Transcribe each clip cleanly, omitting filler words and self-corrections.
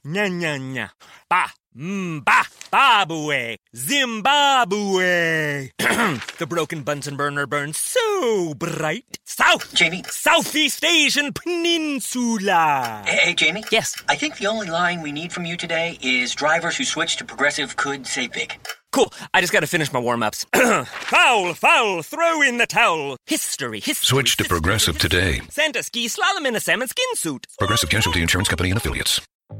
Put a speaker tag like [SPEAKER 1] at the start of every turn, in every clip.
[SPEAKER 1] Nya nya nya. Ba, ba, babue, Zimbabwe. The broken Bunsen burner burns so bright.
[SPEAKER 2] Jamie.
[SPEAKER 1] Southeast Asian Peninsula.
[SPEAKER 2] Hey, Jamie?
[SPEAKER 1] Yes?
[SPEAKER 2] I think the only line we need from you today is drivers who switch to Progressive could save big.
[SPEAKER 1] Cool. I just gotta finish my warm-ups. Foul, throw in the towel. History.
[SPEAKER 3] Switch to Progressive today.
[SPEAKER 1] Santa ski slalom in a salmon skin suit.
[SPEAKER 3] Progressive Casualty Insurance Company and Affiliates.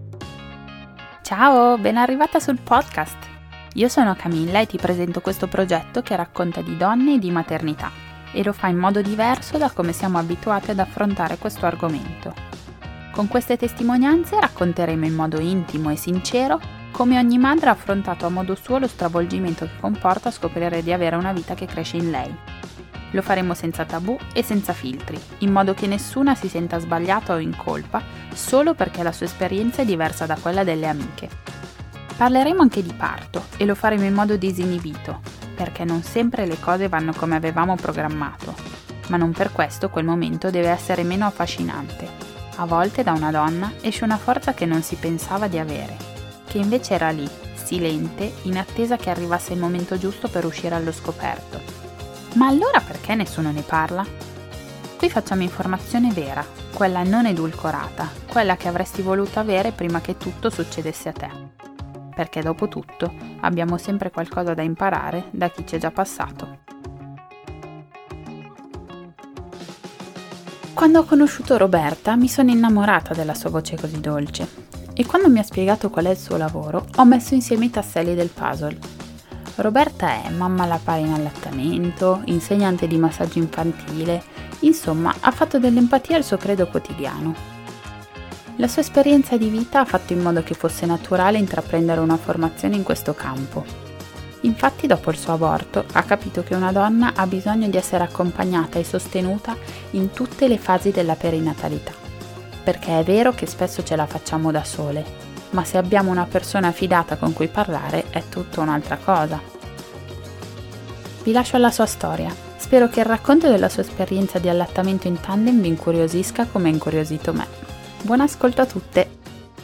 [SPEAKER 4] Ciao, ben arrivata sul podcast. Io sono Camilla e ti presento questo progetto che racconta di donne e di maternità e lo fa in modo diverso da come siamo abituati ad affrontare questo argomento. Con queste testimonianze racconteremo in modo intimo e sincero come ogni madre ha affrontato a modo suo lo stravolgimento che comporta scoprire di avere una vita che cresce in lei. Lo faremo senza tabù e senza filtri, in modo che nessuna si senta sbagliata o in colpa solo perché la sua esperienza è diversa da quella delle amiche. Parleremo anche di parto e lo faremo in modo disinibito, perché non sempre le cose vanno come avevamo programmato, ma non per questo quel momento deve essere meno affascinante. A volte da una donna esce una forza che non si pensava di avere, che invece era lì, silente, in attesa che arrivasse il momento giusto per uscire allo scoperto. Ma allora perché nessuno ne parla? Qui facciamo informazione vera, quella non edulcorata, quella che avresti voluto avere prima che tutto succedesse a te. Perché dopo tutto abbiamo sempre qualcosa da imparare da chi ci è già passato. Quando ho conosciuto Roberta mi sono innamorata della sua voce così dolce e quando mi ha spiegato qual è il suo lavoro ho messo insieme i tasselli del puzzle. Roberta è mamma alla pari in allattamento, insegnante di massaggio infantile, insomma ha fatto dell'empatia il suo credo quotidiano. La sua esperienza di vita ha fatto in modo che fosse naturale intraprendere una formazione in questo campo. Infatti dopo il suo aborto ha capito che una donna ha bisogno di essere accompagnata e sostenuta in tutte le fasi della perinatalità, perché è vero che spesso ce la facciamo da sole, ma se abbiamo una persona fidata con cui parlare è tutta un'altra cosa. Vi lascio alla sua storia. Spero che il racconto della sua esperienza di allattamento in tandem vi incuriosisca come ha incuriosito me. Buon ascolto a tutte!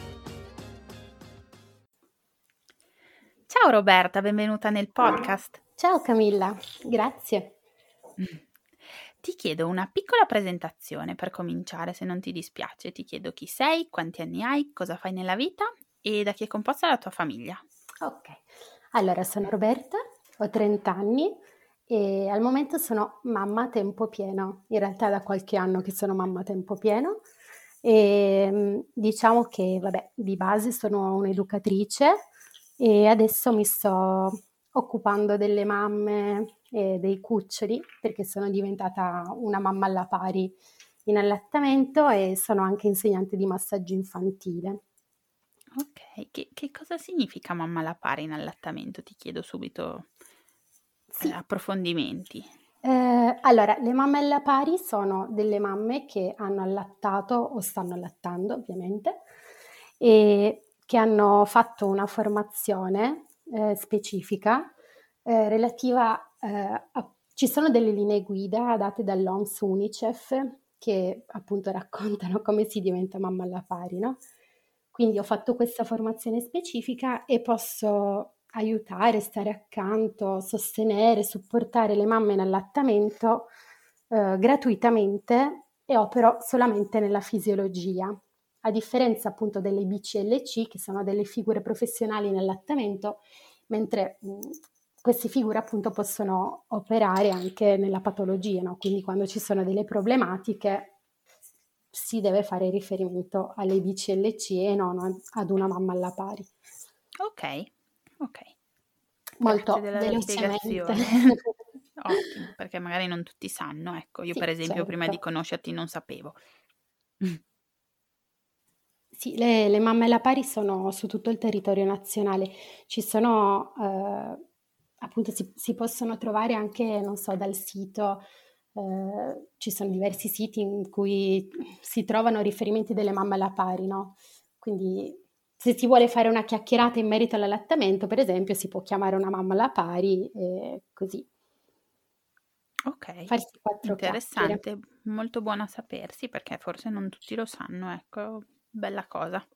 [SPEAKER 4] Ciao Roberta, benvenuta nel podcast.
[SPEAKER 5] Ciao Camilla, grazie.
[SPEAKER 4] Ti chiedo una piccola presentazione per cominciare, se non ti dispiace. Ti chiedo chi sei, quanti anni hai, cosa fai nella vita e da chi è composta la tua famiglia.
[SPEAKER 5] Ok, allora sono Roberta, ho 30 anni e al momento sono mamma a tempo pieno. In realtà è da qualche anno che sono mamma a tempo pieno e diciamo che di base sono un'educatrice e adesso mi sto occupando delle mamme e dei cuccioli perché sono diventata una mamma alla pari in allattamento e sono anche insegnante di massaggio infantile.
[SPEAKER 4] Ok, che cosa significa mamma alla pari in allattamento? Ti chiedo subito approfondimenti.
[SPEAKER 5] Allora, le mamme alla pari sono delle mamme che hanno allattato o stanno allattando ovviamente e che hanno fatto una formazione specifica relativa ci sono delle linee guida date dall'OMS Unicef che appunto raccontano come si diventa mamma alla pari, no? Quindi ho fatto questa formazione specifica e posso aiutare, stare accanto, sostenere, supportare le mamme in allattamento gratuitamente e opero solamente nella fisiologia. A differenza appunto delle BCLC, che sono delle figure professionali in allattamento, mentre queste figure appunto possono operare anche nella patologia, no? Quindi quando ci sono delle problematiche si deve fare riferimento alle BCLC e non ad una mamma alla pari.
[SPEAKER 4] Ok.
[SPEAKER 5] Molto
[SPEAKER 4] della
[SPEAKER 5] velocemente.
[SPEAKER 4] Ottimo, perché magari non tutti sanno, ecco, io
[SPEAKER 5] Sì,
[SPEAKER 4] per esempio
[SPEAKER 5] certo.
[SPEAKER 4] prima di conoscerti non sapevo.
[SPEAKER 5] Sì, le mamme alla pari sono su tutto il territorio nazionale, ci sono appunto si possono trovare anche, non so, dal sito, ci sono diversi siti in cui si trovano riferimenti delle mamme alla pari, no? Quindi se si vuole fare una chiacchierata in merito all'allattamento, per esempio, si può chiamare una mamma alla pari e così.
[SPEAKER 4] Ok,
[SPEAKER 5] Farsi 4
[SPEAKER 4] interessante,
[SPEAKER 5] chiacchiere.
[SPEAKER 4] molto buono a sapersi perché forse non tutti lo sanno, ecco, bella cosa.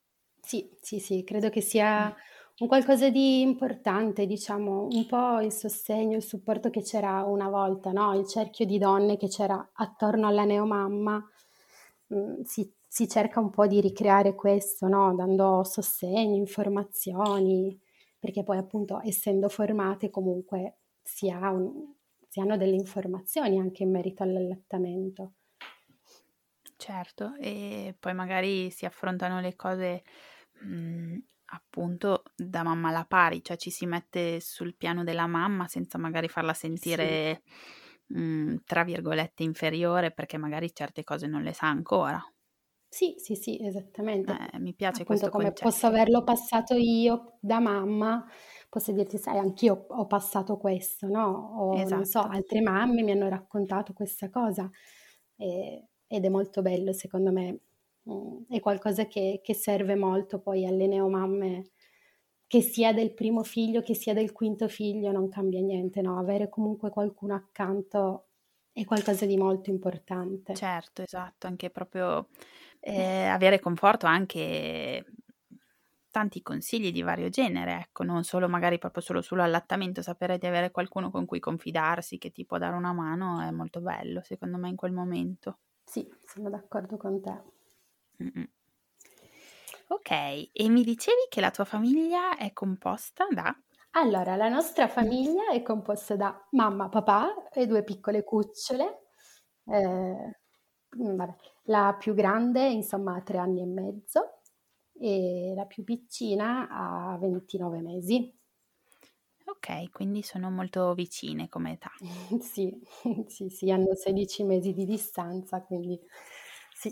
[SPEAKER 5] Sì, credo che sia un qualcosa di importante, diciamo, un po' il sostegno, il supporto che c'era una volta, no? Il cerchio di donne che c'era attorno alla neomamma. Si cerca un po' di ricreare questo, no? Dando sostegno, informazioni, perché poi appunto essendo formate comunque si hanno delle informazioni anche in merito all'allattamento.
[SPEAKER 4] Certo, e poi magari si affrontano le cose appunto da mamma alla pari, cioè ci si mette sul piano della mamma senza magari farla
[SPEAKER 5] Sì,
[SPEAKER 4] sentire, tra virgolette, inferiore perché magari certe cose non le sa ancora.
[SPEAKER 5] sì, esattamente.
[SPEAKER 4] Mi piace
[SPEAKER 5] Appunto
[SPEAKER 4] questo
[SPEAKER 5] come posso
[SPEAKER 4] concetto.
[SPEAKER 5] averlo passato io da mamma, posso dirti, sai, anch'io ho passato questo, no? O non so,
[SPEAKER 4] Esatto.
[SPEAKER 5] altre mamme mi hanno raccontato questa cosa ed è molto bello, secondo me. È qualcosa che serve molto poi alle neomamme, che sia del primo figlio, che sia del quinto figlio, non cambia niente, no? Avere comunque qualcuno accanto è qualcosa di molto importante.
[SPEAKER 4] Certo, esatto, anche proprio avere conforto, anche tanti consigli di vario genere, ecco, non solo magari proprio solo sull'allattamento, sapere di avere qualcuno con cui confidarsi, che ti può dare una mano, è molto bello, secondo me, in quel momento.
[SPEAKER 5] Sì, sono d'accordo con te.
[SPEAKER 4] Mm-mm. Ok, e mi dicevi che la tua famiglia è composta da...
[SPEAKER 5] Allora, la nostra famiglia è composta da mamma, papà e 2 piccole cucciole. Vabbè, la più grande, insomma, ha 3 anni e mezzo e la più piccina ha 29 mesi.
[SPEAKER 4] Ok, quindi sono molto vicine come età.
[SPEAKER 5] Sì, sì, hanno 16 mesi di distanza, quindi sì.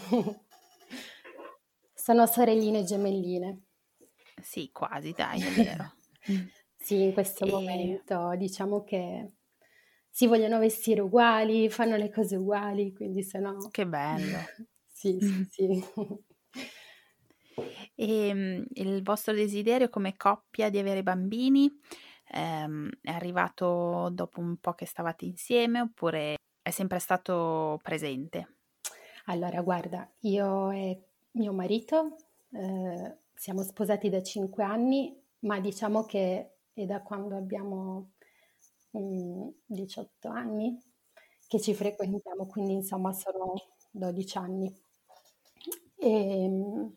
[SPEAKER 5] Sono sorelline gemelline.
[SPEAKER 4] Sì, quasi, dai, è vero.
[SPEAKER 5] Sì, in questo
[SPEAKER 4] E
[SPEAKER 5] momento diciamo che si vogliono vestire uguali, fanno le cose uguali, quindi se no
[SPEAKER 4] che bello.
[SPEAKER 5] sì.
[SPEAKER 4] E il vostro desiderio come coppia di avere bambini è arrivato dopo un po' che stavate insieme oppure è sempre stato presente?
[SPEAKER 5] Allora guarda, io e mio marito, siamo sposati da 5 anni, ma diciamo che è da quando abbiamo, 18 anni che ci frequentiamo, quindi insomma sono 12 anni. Ehm,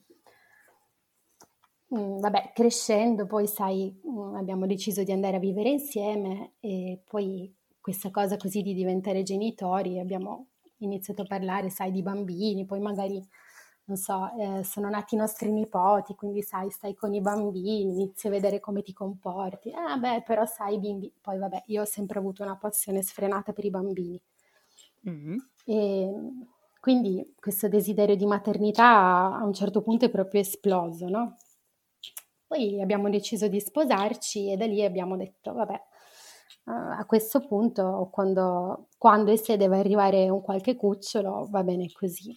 [SPEAKER 5] Vabbè, crescendo poi sai, abbiamo deciso di andare a vivere insieme e poi questa cosa così di diventare genitori, abbiamo iniziato a parlare, sai, di bambini, poi magari, non so, sono nati i nostri nipoti, quindi sai, stai con i bambini, inizi a vedere come ti comporti. Ah beh, però sai, i bimbi... Poi vabbè, io ho sempre avuto una passione sfrenata per i bambini.
[SPEAKER 4] Mm.
[SPEAKER 5] E quindi questo desiderio di maternità a un certo punto è proprio esploso, no? Poi abbiamo deciso di sposarci e da lì abbiamo detto, vabbè, a questo punto, quando e se deve arrivare un qualche cucciolo, va bene così.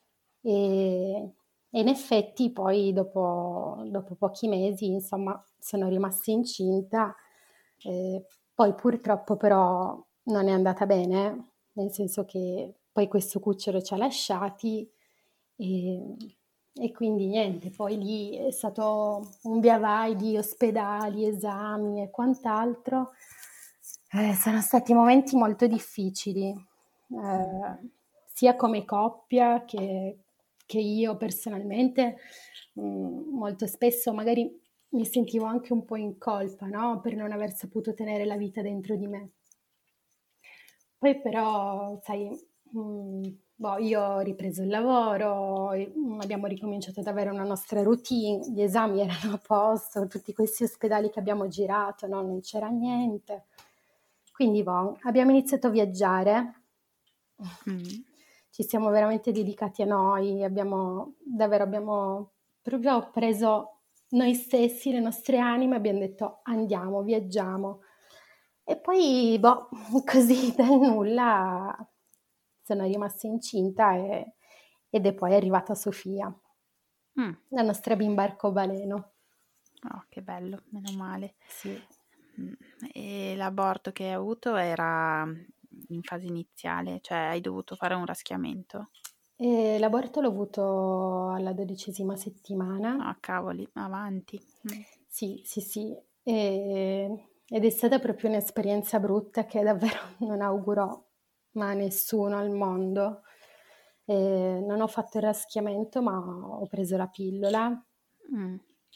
[SPEAKER 5] E in effetti poi dopo pochi mesi, insomma, sono rimasta incinta. Poi purtroppo però non è andata bene, nel senso che poi questo cucciolo ci ha lasciati e, e quindi niente, poi lì è stato un via vai di ospedali, esami e quant'altro. Sono stati momenti molto difficili, sia come coppia che io personalmente. Molto spesso magari mi sentivo anche un po' in colpa, no? Per non aver saputo tenere la vita dentro di me. Poi però, sai, io ho ripreso il lavoro, abbiamo ricominciato ad avere una nostra routine, gli esami erano a posto, tutti questi ospedali che abbiamo girato, no? Non c'era niente. Quindi abbiamo iniziato a viaggiare,
[SPEAKER 4] Mm.
[SPEAKER 5] ci siamo veramente dedicati a noi, abbiamo proprio preso noi stessi, le nostre anime, abbiamo detto andiamo, viaggiamo. E poi, così dal nulla sono rimasta incinta ed è poi arrivata Sofia,
[SPEAKER 4] Mm.
[SPEAKER 5] la nostra bimba arcobaleno.
[SPEAKER 4] Oh, che bello, meno male.
[SPEAKER 5] Sì.
[SPEAKER 4] E l'aborto che hai avuto era in fase iniziale, cioè hai dovuto fare un raschiamento?
[SPEAKER 5] E l'aborto l'ho avuto alla 12ª settimana.
[SPEAKER 4] Ah, cavoli, avanti.
[SPEAKER 5] Sì, sì, sì. Ed è stata proprio un'esperienza brutta che davvero non auguro a nessuno al mondo. Non ho fatto il raschiamento, ma ho preso la pillola.
[SPEAKER 4] Mm.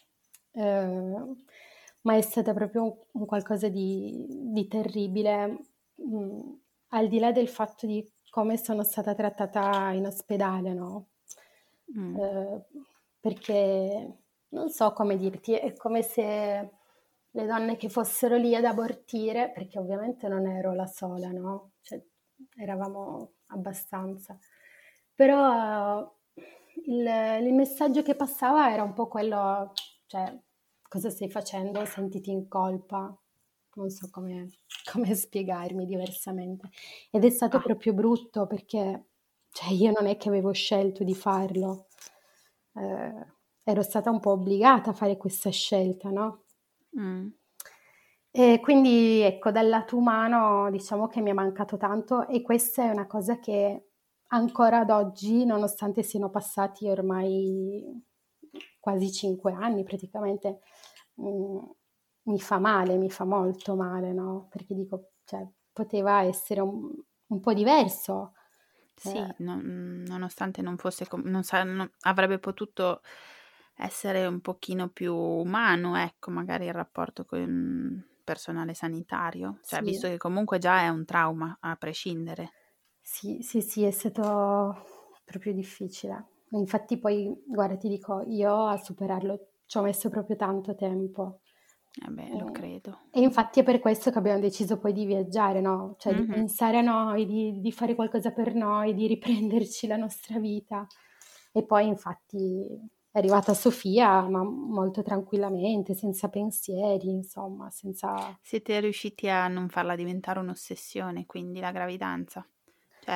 [SPEAKER 5] Ma è stata proprio un qualcosa di terribile, al di là del fatto di come sono stata trattata in ospedale, no?
[SPEAKER 4] Mm.
[SPEAKER 5] Perché non so come dirti, è come se le donne che fossero lì ad abortire, perché ovviamente non ero la sola, no? Cioè, eravamo abbastanza. Però il messaggio che passava era un po' quello, cioè, cosa stai facendo? Sentiti in colpa. Non so come spiegarmi diversamente. Ed è stato
[SPEAKER 4] Ah,
[SPEAKER 5] proprio brutto perché, cioè, io non è che avevo scelto di farlo. Ero stata un po' obbligata a fare questa scelta, no?
[SPEAKER 4] mm.
[SPEAKER 5] E quindi ecco, dal lato umano diciamo che mi è mancato tanto e questa è una cosa che ancora ad oggi, nonostante siano passati ormai quasi 5 anni praticamente, mm, mi fa male, mi fa molto male, no? Perché dico, cioè, poteva essere un po' diverso.
[SPEAKER 4] Sì, nonostante non fosse, avrebbe potuto essere un pochino più umano, ecco, magari il rapporto con il personale sanitario, cioè
[SPEAKER 5] Sì.
[SPEAKER 4] visto che comunque già è un trauma, a prescindere.
[SPEAKER 5] Sì, sì, sì, è stato proprio difficile. Infatti poi, guarda, ti dico, io a superarlo ci ho messo proprio tanto tempo.
[SPEAKER 4] Eh beh, lo credo.
[SPEAKER 5] E infatti è per questo che abbiamo deciso poi di viaggiare, no? Cioè di
[SPEAKER 4] Mhm.
[SPEAKER 5] pensare a noi, di fare qualcosa per noi, di riprenderci la nostra vita. E poi infatti è arrivata Sofia, ma molto tranquillamente, senza pensieri, insomma, senza...
[SPEAKER 4] Siete riusciti a non farla diventare un'ossessione, quindi la gravidanza? Cioè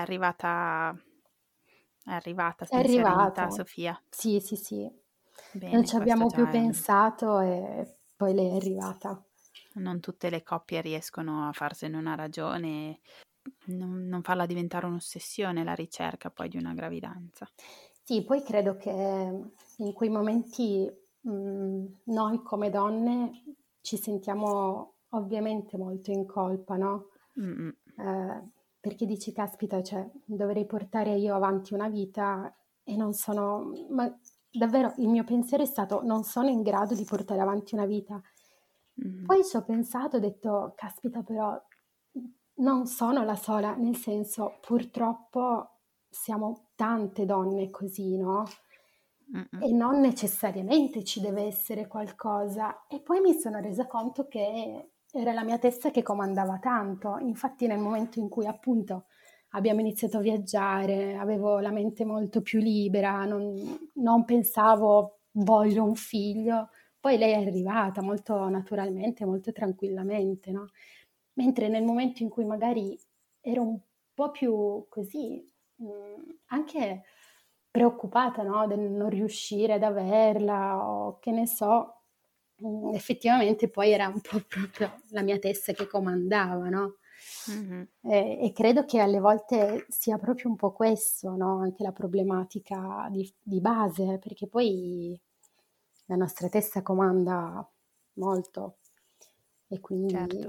[SPEAKER 4] è arrivata
[SPEAKER 5] È
[SPEAKER 4] in serenità,
[SPEAKER 5] arrivata.
[SPEAKER 4] Sofia.
[SPEAKER 5] Sì, sì, sì. Non
[SPEAKER 4] Bene,
[SPEAKER 5] ci
[SPEAKER 4] questo
[SPEAKER 5] abbiamo più
[SPEAKER 4] già è
[SPEAKER 5] pensato e poi lei è arrivata.
[SPEAKER 4] non tutte le coppie riescono a farsene una ragione, non farla diventare un'ossessione la ricerca poi di una gravidanza.
[SPEAKER 5] Sì, poi credo che in quei momenti noi come donne ci sentiamo ovviamente molto in colpa, no?
[SPEAKER 4] Mm-mm.
[SPEAKER 5] Perché dici, caspita, cioè, dovrei portare io avanti una vita e non sono... Ma davvero il mio pensiero è stato, non sono in grado di portare avanti una vita.
[SPEAKER 4] Mm.
[SPEAKER 5] Poi ci ho pensato, ho detto, caspita, però non sono la sola, nel senso, purtroppo siamo tante donne così, no?
[SPEAKER 4] Mm-mm.
[SPEAKER 5] E non necessariamente ci deve essere qualcosa. E poi mi sono resa conto che era la mia testa che comandava tanto. Infatti nel momento in cui appunto abbiamo iniziato a viaggiare, avevo la mente molto più libera, non pensavo voglio un figlio. Poi lei è arrivata molto naturalmente, molto tranquillamente, no? Mentre nel momento in cui magari ero un po' più così, anche preoccupata, no? Del non riuscire ad averla o che ne so, effettivamente poi era un po' proprio la mia testa che comandava, no?
[SPEAKER 4] Mhm.
[SPEAKER 5] E credo che alle volte sia proprio un po' questo, no? Anche la problematica di base, perché poi la nostra testa comanda molto e quindi
[SPEAKER 4] Certo,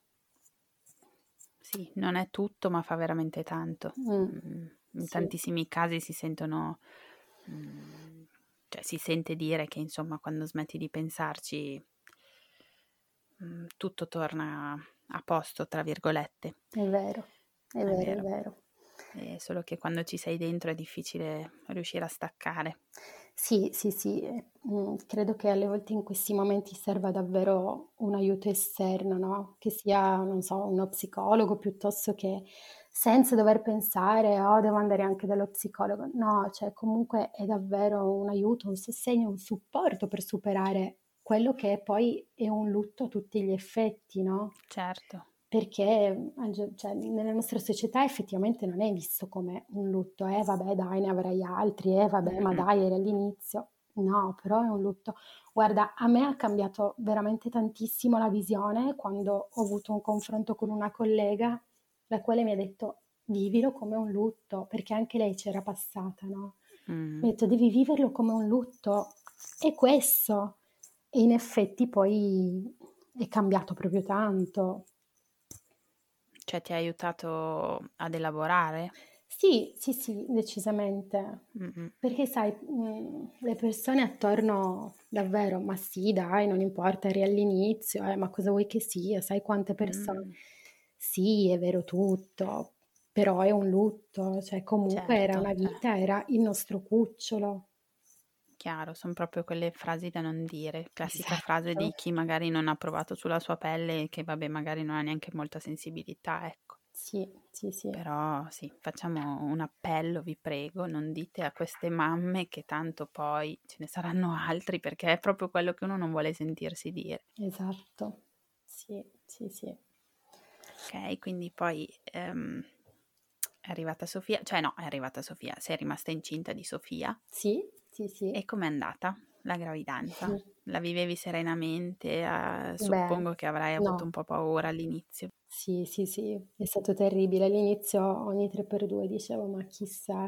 [SPEAKER 4] sì, non è tutto, ma fa veramente tanto.
[SPEAKER 5] mm,
[SPEAKER 4] In
[SPEAKER 5] sì,
[SPEAKER 4] tantissimi casi si sentono, cioè si sente dire che insomma quando smetti di pensarci, tutto torna a posto, tra virgolette.
[SPEAKER 5] è vero, è
[SPEAKER 4] È
[SPEAKER 5] vero, è
[SPEAKER 4] vero.
[SPEAKER 5] vero.
[SPEAKER 4] È solo che quando ci sei dentro è difficile riuscire a staccare.
[SPEAKER 5] Sì, sì, sì, credo che alle volte in questi momenti serva davvero un aiuto esterno, no? Che sia, non so, uno psicologo piuttosto che senza dover pensare, oh, devo andare anche dallo psicologo. No, cioè comunque è davvero un aiuto, un sostegno, un supporto per superare quello che poi è un lutto a tutti gli effetti, no?
[SPEAKER 4] Certo.
[SPEAKER 5] Perché cioè, nella nostra società effettivamente non è visto come un lutto, vabbè dai ne avrai altri, vabbè ma
[SPEAKER 4] Mm-mm.
[SPEAKER 5] dai eri all'inizio. No, però è un lutto. Guarda, a me ha cambiato veramente tantissimo la visione quando ho avuto un confronto con una collega, la quale mi ha detto, vivilo come un lutto, perché anche lei c'era passata, no?
[SPEAKER 4] Mm.
[SPEAKER 5] Mi ha detto, devi viverlo come un lutto, è questo. E in effetti poi è cambiato proprio tanto.
[SPEAKER 4] Cioè ti ha aiutato ad elaborare?
[SPEAKER 5] Sì, decisamente.
[SPEAKER 4] Mm-mm.
[SPEAKER 5] Perché sai, le persone attorno davvero, ma sì, dai, non importa, eri all'inizio, ma cosa vuoi che sia? Sai quante persone?
[SPEAKER 4] Mm,
[SPEAKER 5] Sì, è vero tutto, però è un lutto, cioè comunque era
[SPEAKER 4] certo,
[SPEAKER 5] una vita, era il nostro cucciolo.
[SPEAKER 4] chiaro, sono proprio quelle frasi da non dire, classica frase
[SPEAKER 5] Esatto.
[SPEAKER 4] di chi magari non ha provato sulla sua pelle e che vabbè magari non ha neanche molta sensibilità, ecco.
[SPEAKER 5] Sì.
[SPEAKER 4] Però sì, facciamo un appello, vi prego, non dite a queste mamme che tanto poi ce ne saranno altri, perché è proprio quello che uno non vuole sentirsi dire.
[SPEAKER 5] Esatto. Sì.
[SPEAKER 4] Ok, quindi poi è arrivata Sofia, cioè no, è arrivata Sofia, sei rimasta incinta di Sofia.
[SPEAKER 5] Sì.
[SPEAKER 4] E com'è andata la gravidanza? La vivevi serenamente?
[SPEAKER 5] Beh,
[SPEAKER 4] Suppongo che avrai avuto
[SPEAKER 5] no.
[SPEAKER 4] un po' paura all'inizio.
[SPEAKER 5] Sì, è stato terribile. All'inizio ogni 3x2 dicevo, ma chissà.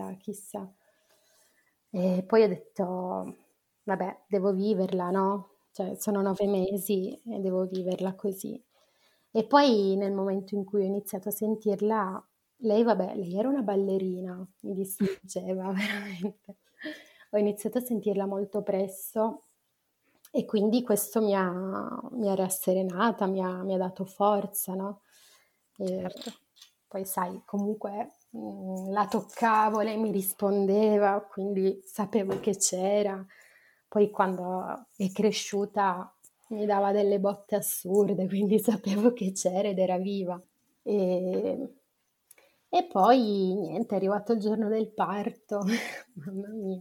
[SPEAKER 5] E poi ho detto, vabbè, devo viverla, no? Cioè, sono 9 mesi e devo viverla così. E poi nel momento in cui ho iniziato a sentirla, lei era una ballerina, mi distruggeva veramente. Ho iniziato a sentirla molto presto e quindi questo mi ha rasserenata, mi ha dato forza, no? E
[SPEAKER 4] Certo.
[SPEAKER 5] poi sai, comunque la toccavo, lei mi rispondeva, quindi sapevo che c'era. Poi quando è cresciuta mi dava delle botte assurde, quindi sapevo che c'era ed era viva. E, e poi niente, è arrivato il giorno del parto, mamma mia.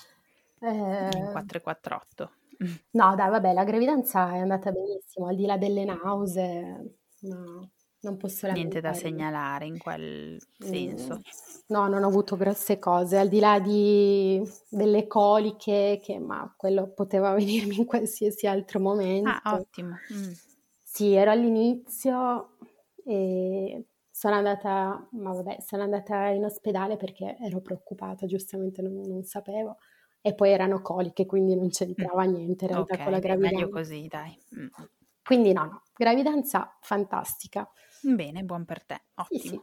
[SPEAKER 4] In
[SPEAKER 5] Eh,
[SPEAKER 4] 448.
[SPEAKER 5] no, dai, vabbè, la gravidanza è andata benissimo, al di là delle nausee, no, non posso
[SPEAKER 4] Niente da
[SPEAKER 5] lamentarmi.
[SPEAKER 4] segnalare in quel
[SPEAKER 5] Mm,
[SPEAKER 4] senso.
[SPEAKER 5] no, non ho avuto grosse cose, al di là delle coliche, ma quello poteva venirmi in qualsiasi altro
[SPEAKER 4] Ah,
[SPEAKER 5] momento.
[SPEAKER 4] ottimo.
[SPEAKER 5] Sì, ero all'inizio e sono andata in ospedale perché ero preoccupata, giustamente non sapevo. E poi erano coliche, quindi non c'entrava niente in realtà con la
[SPEAKER 4] Ok, beh, meglio
[SPEAKER 5] gravidanza.
[SPEAKER 4] così, dai.
[SPEAKER 5] Quindi no, gravidanza fantastica.
[SPEAKER 4] Bene, buon per te,
[SPEAKER 5] Sì.
[SPEAKER 4] ottimo.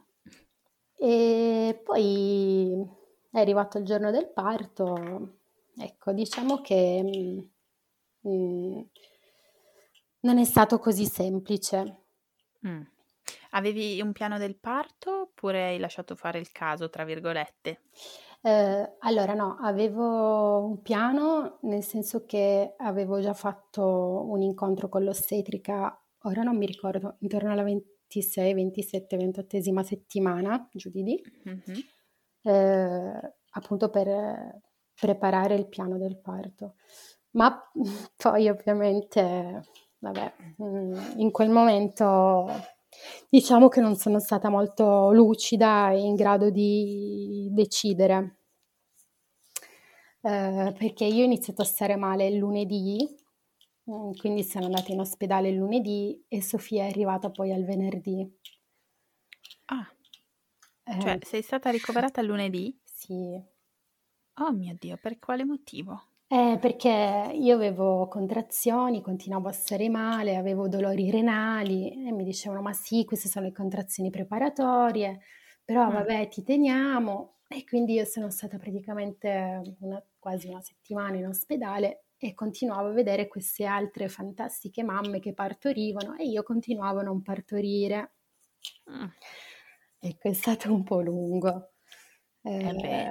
[SPEAKER 5] E poi è arrivato il giorno del parto, ecco, diciamo che mm, non è stato così semplice.
[SPEAKER 4] Mm. Avevi un piano del parto oppure hai lasciato fare il caso, tra virgolette?
[SPEAKER 5] Allora no, avevo un piano, nel senso che avevo già fatto un incontro con l'ostetrica, ora non mi ricordo, intorno alla 26, 27, 28esima settimana, giù di lì,
[SPEAKER 4] Mhm.
[SPEAKER 5] appunto per preparare il piano del parto. Ma poi ovviamente, vabbè, in quel momento diciamo che non sono stata molto lucida e in grado di decidere. Perché io ho iniziato a stare male il lunedì, quindi sono andata in ospedale il lunedì e Sofia è arrivata poi al venerdì.
[SPEAKER 4] Ah, cioè
[SPEAKER 5] Eh,
[SPEAKER 4] sei stata ricoverata lunedì?
[SPEAKER 5] sì.
[SPEAKER 4] Oh mio Dio, per quale motivo?
[SPEAKER 5] Perché io avevo contrazioni, continuavo a stare male, avevo dolori renali e mi dicevano: "Ma sì, queste sono le contrazioni preparatorie, però
[SPEAKER 4] Mm.
[SPEAKER 5] vabbè ti teniamo". E quindi io sono stata praticamente quasi una settimana in ospedale e continuavo a vedere queste altre fantastiche mamme che partorivano e io continuavo a non partorire.
[SPEAKER 4] Mm.
[SPEAKER 5] Ecco, è stato un po' lungo.
[SPEAKER 4] Eh beh,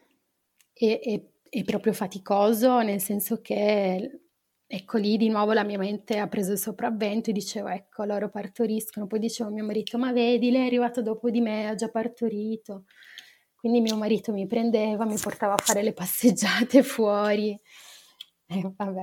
[SPEAKER 5] È proprio faticoso, nel senso che, ecco, lì di nuovo la mia mente ha preso il sopravvento e dicevo: "Ecco, loro partoriscono". Poi dicevo a mio marito: "Ma vedi, lei è arrivato dopo di me, ha già partorito". Quindi mio marito mi prendeva, mi portava a fare le passeggiate fuori e vabbè.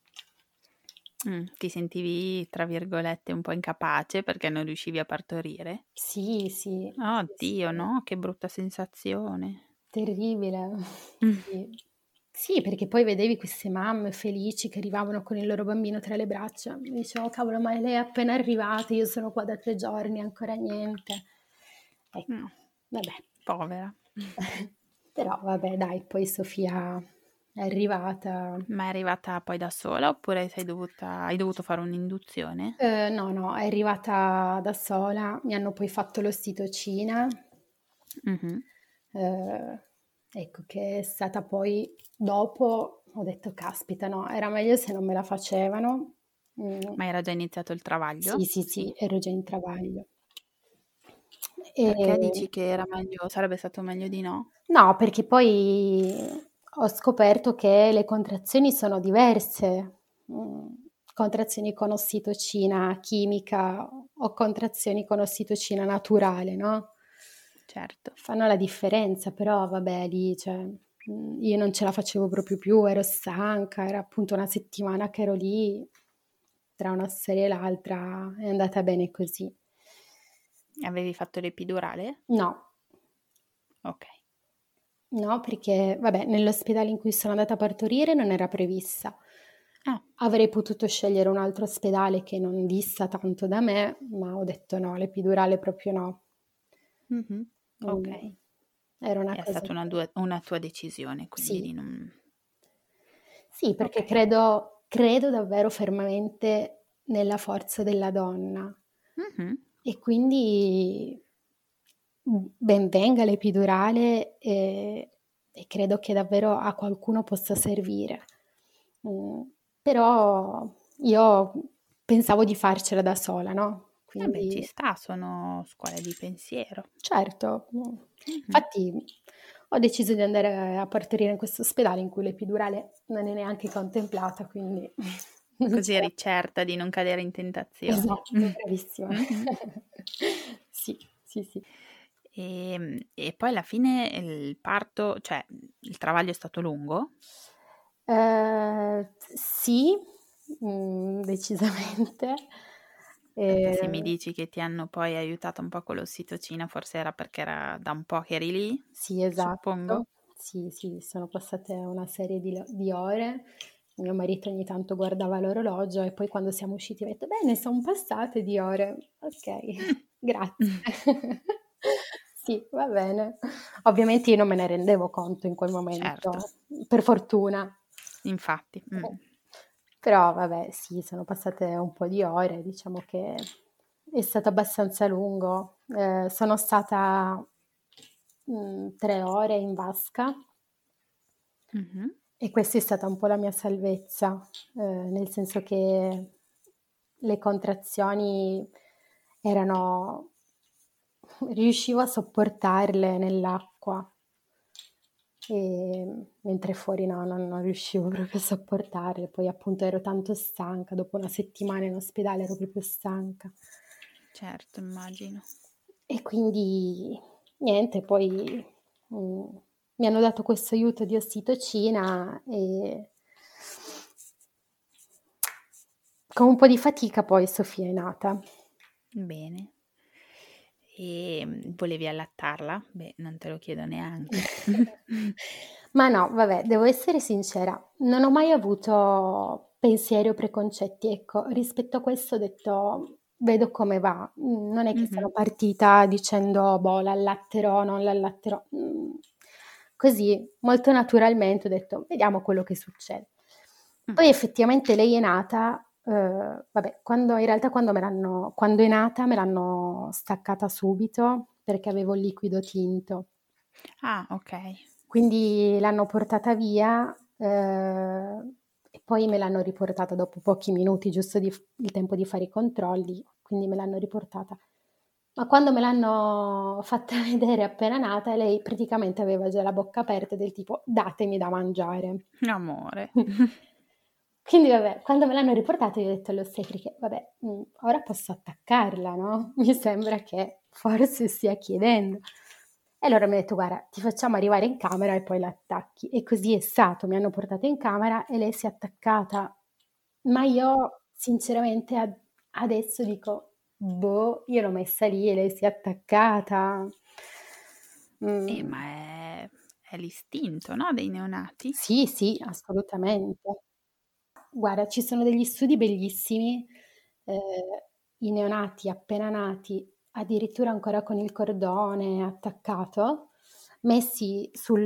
[SPEAKER 4] ti sentivi, tra virgolette, un po' incapace perché non riuscivi a partorire?
[SPEAKER 5] Sì,
[SPEAKER 4] Oh
[SPEAKER 5] sì,
[SPEAKER 4] Dio, no, che brutta sensazione.
[SPEAKER 5] terribile.
[SPEAKER 4] Mm.
[SPEAKER 5] Sì. Sì, perché poi vedevi queste mamme felici che arrivavano con il loro bambino tra le braccia. Mi dicevo: "Cavolo, ma lei è appena arrivata, io sono qua da 3 giorni, ancora niente". Ecco. Vabbè.
[SPEAKER 4] Povera.
[SPEAKER 5] Però vabbè, dai, poi Sofia è arrivata.
[SPEAKER 4] Ma è arrivata poi da sola oppure hai dovuto fare un'induzione?
[SPEAKER 5] No, è arrivata da sola, mi hanno poi fatto l'ossitocina,
[SPEAKER 4] Mhm.
[SPEAKER 5] ecco che è stata poi dopo, ho detto caspita, no, era meglio se non me la facevano.
[SPEAKER 4] Ma era già iniziato il travaglio?
[SPEAKER 5] Sì, ero già in travaglio.
[SPEAKER 4] Perché
[SPEAKER 5] E-
[SPEAKER 4] dici che era meglio, sarebbe stato meglio di no?
[SPEAKER 5] No, perché poi ho scoperto che le contrazioni sono diverse. Mm, Contrazioni con ossitocina chimica o contrazioni con ossitocina naturale, no?
[SPEAKER 4] Certo.
[SPEAKER 5] Fanno la differenza, però vabbè, lì, cioè, io non ce la facevo proprio più, ero stanca, era appunto una settimana che ero lì, tra una storia e l'altra è andata bene così.
[SPEAKER 4] Avevi fatto l'epidurale?
[SPEAKER 5] No,
[SPEAKER 4] Ok.
[SPEAKER 5] no, perché vabbè, nell'ospedale in cui sono andata a partorire non era prevista.
[SPEAKER 4] Ah,
[SPEAKER 5] Avrei potuto scegliere un altro ospedale che non dista tanto da me, ma ho detto no, l'epidurale proprio no.
[SPEAKER 4] mhm. Ok.
[SPEAKER 5] Era una
[SPEAKER 4] È
[SPEAKER 5] cosa
[SPEAKER 4] stata
[SPEAKER 5] che...
[SPEAKER 4] una tua decisione, quindi
[SPEAKER 5] Sì,
[SPEAKER 4] di non...
[SPEAKER 5] sì, perché
[SPEAKER 4] Ok.
[SPEAKER 5] credo davvero fermamente nella forza della donna
[SPEAKER 4] Mhm.
[SPEAKER 5] e quindi ben venga l'epidurale e credo che davvero a qualcuno possa servire. Mm, Però io pensavo di farcela da sola, no?
[SPEAKER 4] Vabbè, ci
[SPEAKER 5] Quindi
[SPEAKER 4] sta, sono scuole di pensiero.
[SPEAKER 5] certo,
[SPEAKER 4] Mhm.
[SPEAKER 5] infatti ho deciso di andare a partorire in questo ospedale in cui l'epidurale non è neanche contemplata, quindi non
[SPEAKER 4] Così
[SPEAKER 5] c'era.
[SPEAKER 4] eri certa di non cadere in tentazione.
[SPEAKER 5] Esatto, bravissima.
[SPEAKER 4] Mhm.
[SPEAKER 5] Sì, sì, sì.
[SPEAKER 4] E poi alla fine il parto, cioè il travaglio è stato lungo?
[SPEAKER 5] Sì, decisamente.
[SPEAKER 4] Perché se mi
[SPEAKER 5] Ehm,
[SPEAKER 4] dici che ti hanno poi aiutato un po' con l'ossitocina, forse era perché era da un po' che eri lì,
[SPEAKER 5] sì,
[SPEAKER 4] suppongo.
[SPEAKER 5] esatto. Sì, sono passate una serie di ore. Mio marito ogni tanto guardava l'orologio e poi quando siamo usciti ha detto: "Bene, son passate di ore". Okay, grazie. Sì, va bene. Ovviamente io non me ne rendevo conto in quel
[SPEAKER 4] Certo,
[SPEAKER 5] momento, per fortuna.
[SPEAKER 4] infatti.
[SPEAKER 5] Però vabbè, sì, sono passate un po' di ore, diciamo che è stato abbastanza lungo. Sono stata 3 ore in vasca
[SPEAKER 4] Mhm.
[SPEAKER 5] e questa è stata un po' la mia salvezza, nel senso che le contrazioni erano riuscivo a sopportarle nell'acqua. Mentre fuori no, non riuscivo proprio a sopportarle, poi appunto ero tanto stanca, dopo una settimana in ospedale ero proprio stanca.
[SPEAKER 4] Certo, immagino.
[SPEAKER 5] E quindi niente, poi mi hanno dato questo aiuto di ossitocina e con un po' di fatica poi Sofia è nata.
[SPEAKER 4] Bene. E volevi allattarla? Beh, non te lo chiedo neanche.
[SPEAKER 5] Ma no, vabbè, devo essere sincera, non ho mai avuto pensieri o preconcetti, ecco, rispetto a questo ho detto vedo come va. Non è che sono
[SPEAKER 4] Mhm.
[SPEAKER 5] partita dicendo boh, l'allatterò, non l'allatterò. Così, molto naturalmente ho detto vediamo quello che succede.
[SPEAKER 4] Mm.
[SPEAKER 5] Poi effettivamente lei è nata, vabbè, in realtà quando è nata me l'hanno staccata subito perché avevo il liquido tinto.
[SPEAKER 4] Ah, ok.
[SPEAKER 5] Quindi l'hanno portata via, e poi me l'hanno riportata dopo pochi minuti, giusto il tempo di fare i controlli, quindi me l'hanno riportata. Ma quando me l'hanno fatta vedere appena nata, lei praticamente aveva già la bocca aperta del tipo: "Datemi da mangiare".
[SPEAKER 4] Amore.
[SPEAKER 5] Quindi vabbè, quando me l'hanno riportata io ho detto alle ostetriche: "Vabbè, ora posso attaccarla, no, mi sembra che forse stia chiedendo". E allora mi ha detto: "Guarda, ti facciamo arrivare in camera e poi l'attacchi". E così è stato, mi hanno portata in camera e lei si è attaccata. Ma io sinceramente adesso dico: "Boh, io l'ho messa lì e lei si è attaccata".
[SPEAKER 4] Ma
[SPEAKER 5] Mh.
[SPEAKER 4] è l'istinto, no, dei neonati?
[SPEAKER 5] Sì, assolutamente. Guarda, ci sono degli studi bellissimi, ehm, i neonati appena nati addirittura ancora con il cordone attaccato, messi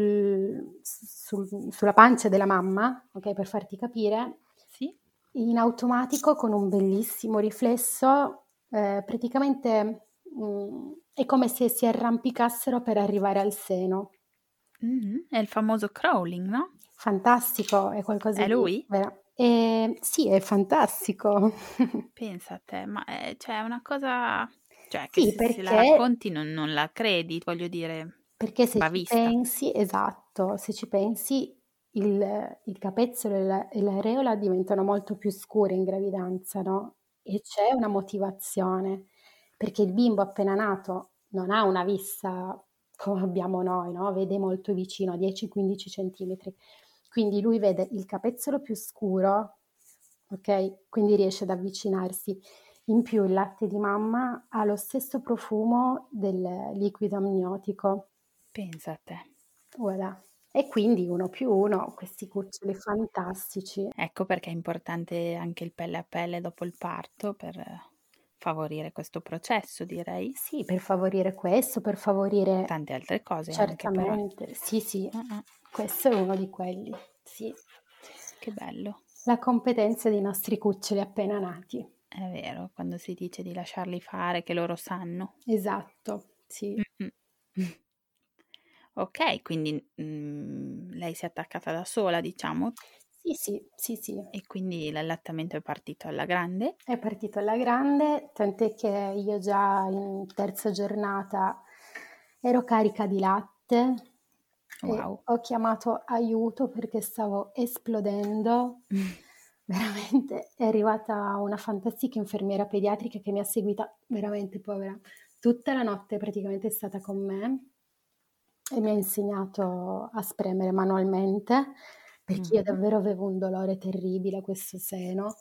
[SPEAKER 5] sulla pancia della mamma, ok, per farti capire,
[SPEAKER 4] Sì?
[SPEAKER 5] in automatico con un bellissimo riflesso, praticamente è come se si arrampicassero per arrivare al seno.
[SPEAKER 4] È il famoso crawling, no?
[SPEAKER 5] Fantastico, è qualcosa
[SPEAKER 4] È
[SPEAKER 5] di
[SPEAKER 4] lui?
[SPEAKER 5] sì, è fantastico.
[SPEAKER 4] Pensa a te, ma cioè, è una cosa, cioè, che
[SPEAKER 5] Sì,
[SPEAKER 4] se la
[SPEAKER 5] perché
[SPEAKER 4] racconti non la credi, voglio dire,
[SPEAKER 5] se
[SPEAKER 4] va
[SPEAKER 5] ci
[SPEAKER 4] vista.
[SPEAKER 5] pensi, esatto, se ci pensi, il capezzolo e l'areola diventano molto più scure in gravidanza, no? E c'è una motivazione, perché il bimbo appena nato non ha una vista come abbiamo noi, no? Vede molto vicino, a 10-15 centimetri. Quindi lui vede il capezzolo più scuro, ok? Quindi riesce ad avvicinarsi. In più il latte di mamma ha lo stesso profumo del liquido amniotico.
[SPEAKER 4] Pensa a te.
[SPEAKER 5] Voilà. E quindi 1+1, questi cuccioli fantastici.
[SPEAKER 4] Ecco perché è importante anche il pelle a pelle dopo il parto per favorire questo processo, direi.
[SPEAKER 5] Sì, per favorire questo, per favorire
[SPEAKER 4] Tante altre cose anche però.
[SPEAKER 5] certamente, sì,
[SPEAKER 4] Ah,
[SPEAKER 5] questo è uno di quelli, sì.
[SPEAKER 4] che bello.
[SPEAKER 5] La competenza dei nostri cuccioli appena nati.
[SPEAKER 4] È vero, quando si dice di lasciarli fare, che loro sanno.
[SPEAKER 5] Esatto, sì.
[SPEAKER 4] Mm-mm. Ok, quindi lei si è attaccata da sola, diciamo,
[SPEAKER 5] Sì.
[SPEAKER 4] e quindi l'allattamento è partito alla grande.
[SPEAKER 5] È partito alla grande, tant'è che io già in terza giornata ero carica di latte e
[SPEAKER 4] Wow.
[SPEAKER 5] ho chiamato aiuto perché stavo esplodendo. Veramente è arrivata una fantastica infermiera pediatrica che mi ha seguita, veramente povera, tutta la notte praticamente è stata con me e mi ha insegnato a spremere manualmente perché io davvero avevo un dolore terribile a questo seno.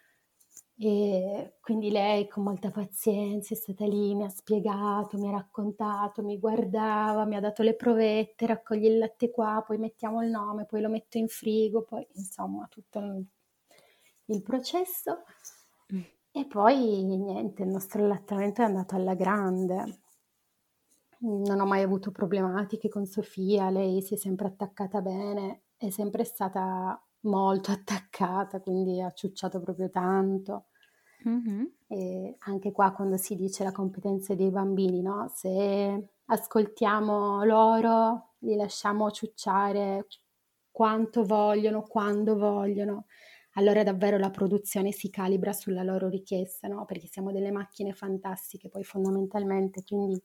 [SPEAKER 5] E quindi lei con molta pazienza è stata lì, mi ha spiegato, mi ha raccontato, mi guardava, mi ha dato le provette, raccogli il latte qua, poi mettiamo il nome, poi lo metto in frigo, poi insomma tutto il processo. E poi niente, il nostro allattamento è andato alla grande. Non ho mai avuto problematiche con Sofia, lei si è sempre attaccata bene, è sempre stata molto attaccata, quindi ha ciucciato proprio tanto.
[SPEAKER 4] Mhm.
[SPEAKER 5] E anche qua quando si dice la competenza dei bambini, no? Se ascoltiamo loro, li lasciamo ciucciare quanto vogliono, quando vogliono, allora davvero la produzione si calibra sulla loro richiesta, no? Perché siamo delle macchine fantastiche poi fondamentalmente, quindi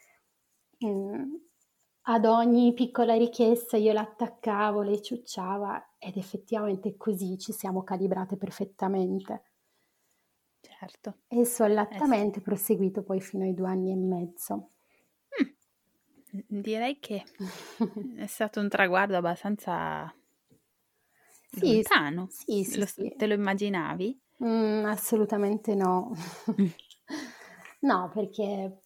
[SPEAKER 5] ad ogni piccola richiesta io l'attaccavo, lei ciucciava ed effettivamente così ci siamo calibrate perfettamente.
[SPEAKER 4] Certo.
[SPEAKER 5] E il suo
[SPEAKER 4] Sì.
[SPEAKER 5] allattamento è proseguito poi fino ai 2 anni e mezzo.
[SPEAKER 4] Direi che è stato un traguardo abbastanza
[SPEAKER 5] Sì,
[SPEAKER 4] lontano.
[SPEAKER 5] sì.
[SPEAKER 4] Te lo immaginavi?
[SPEAKER 5] Assolutamente no. No, perché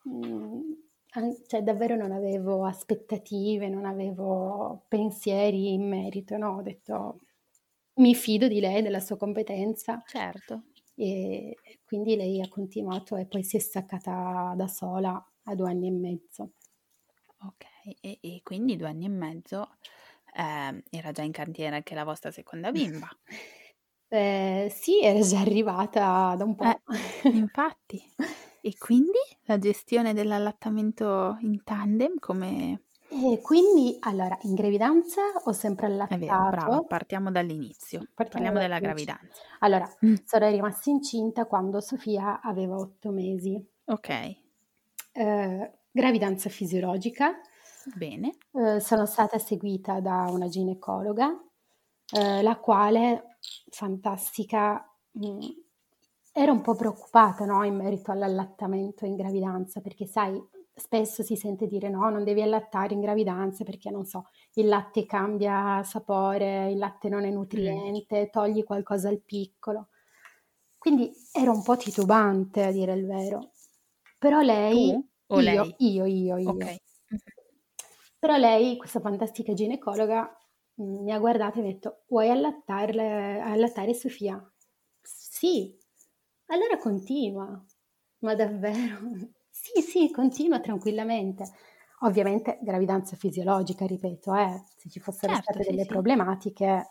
[SPEAKER 5] cioè davvero non avevo aspettative, non avevo pensieri in merito, no? Ho detto mi fido di lei, della sua competenza
[SPEAKER 4] Certo.
[SPEAKER 5] e quindi lei ha continuato e poi si è staccata da sola a 2 anni e mezzo.
[SPEAKER 4] Ok, e quindi 2 anni e mezzo era già in cantiere anche la vostra seconda bimba.
[SPEAKER 5] Sì, era già arrivata da un po'.
[SPEAKER 4] Infatti. E quindi la gestione dell'allattamento in tandem come...
[SPEAKER 5] E quindi, allora, in gravidanza ho sempre
[SPEAKER 4] È vero, brava,
[SPEAKER 5] allattato.
[SPEAKER 4] partiamo dall'inizio.
[SPEAKER 5] Partiamo
[SPEAKER 4] Parliamo della
[SPEAKER 5] dall'inizio.
[SPEAKER 4] gravidanza.
[SPEAKER 5] Allora, sono rimasta incinta quando Sofia aveva 8 mesi.
[SPEAKER 4] Ok,
[SPEAKER 5] Gravidanza fisiologica.
[SPEAKER 4] bene.
[SPEAKER 5] Sono stata seguita da una ginecologa, la quale, fantastica, era un po' preoccupata, no, in merito all'allattamento in gravidanza, perché sai, spesso si sente dire no, non devi allattare in gravidanza perché, non so, il latte cambia sapore, il latte non è nutriente, togli qualcosa al piccolo. Quindi ero un po' titubante, a dire il vero. Però lei,
[SPEAKER 4] Tu o lei?
[SPEAKER 5] io.
[SPEAKER 4] Ok.
[SPEAKER 5] Però lei, questa fantastica ginecologa, mi ha guardata e mi ha detto: vuoi allattare Sofia? Sì, allora continua. Ma davvero? Sì, sì, continua tranquillamente. Ovviamente gravidanza fisiologica, ripeto, se ci fossero
[SPEAKER 4] Certo,
[SPEAKER 5] state
[SPEAKER 4] sì,
[SPEAKER 5] delle
[SPEAKER 4] sì.
[SPEAKER 5] problematiche,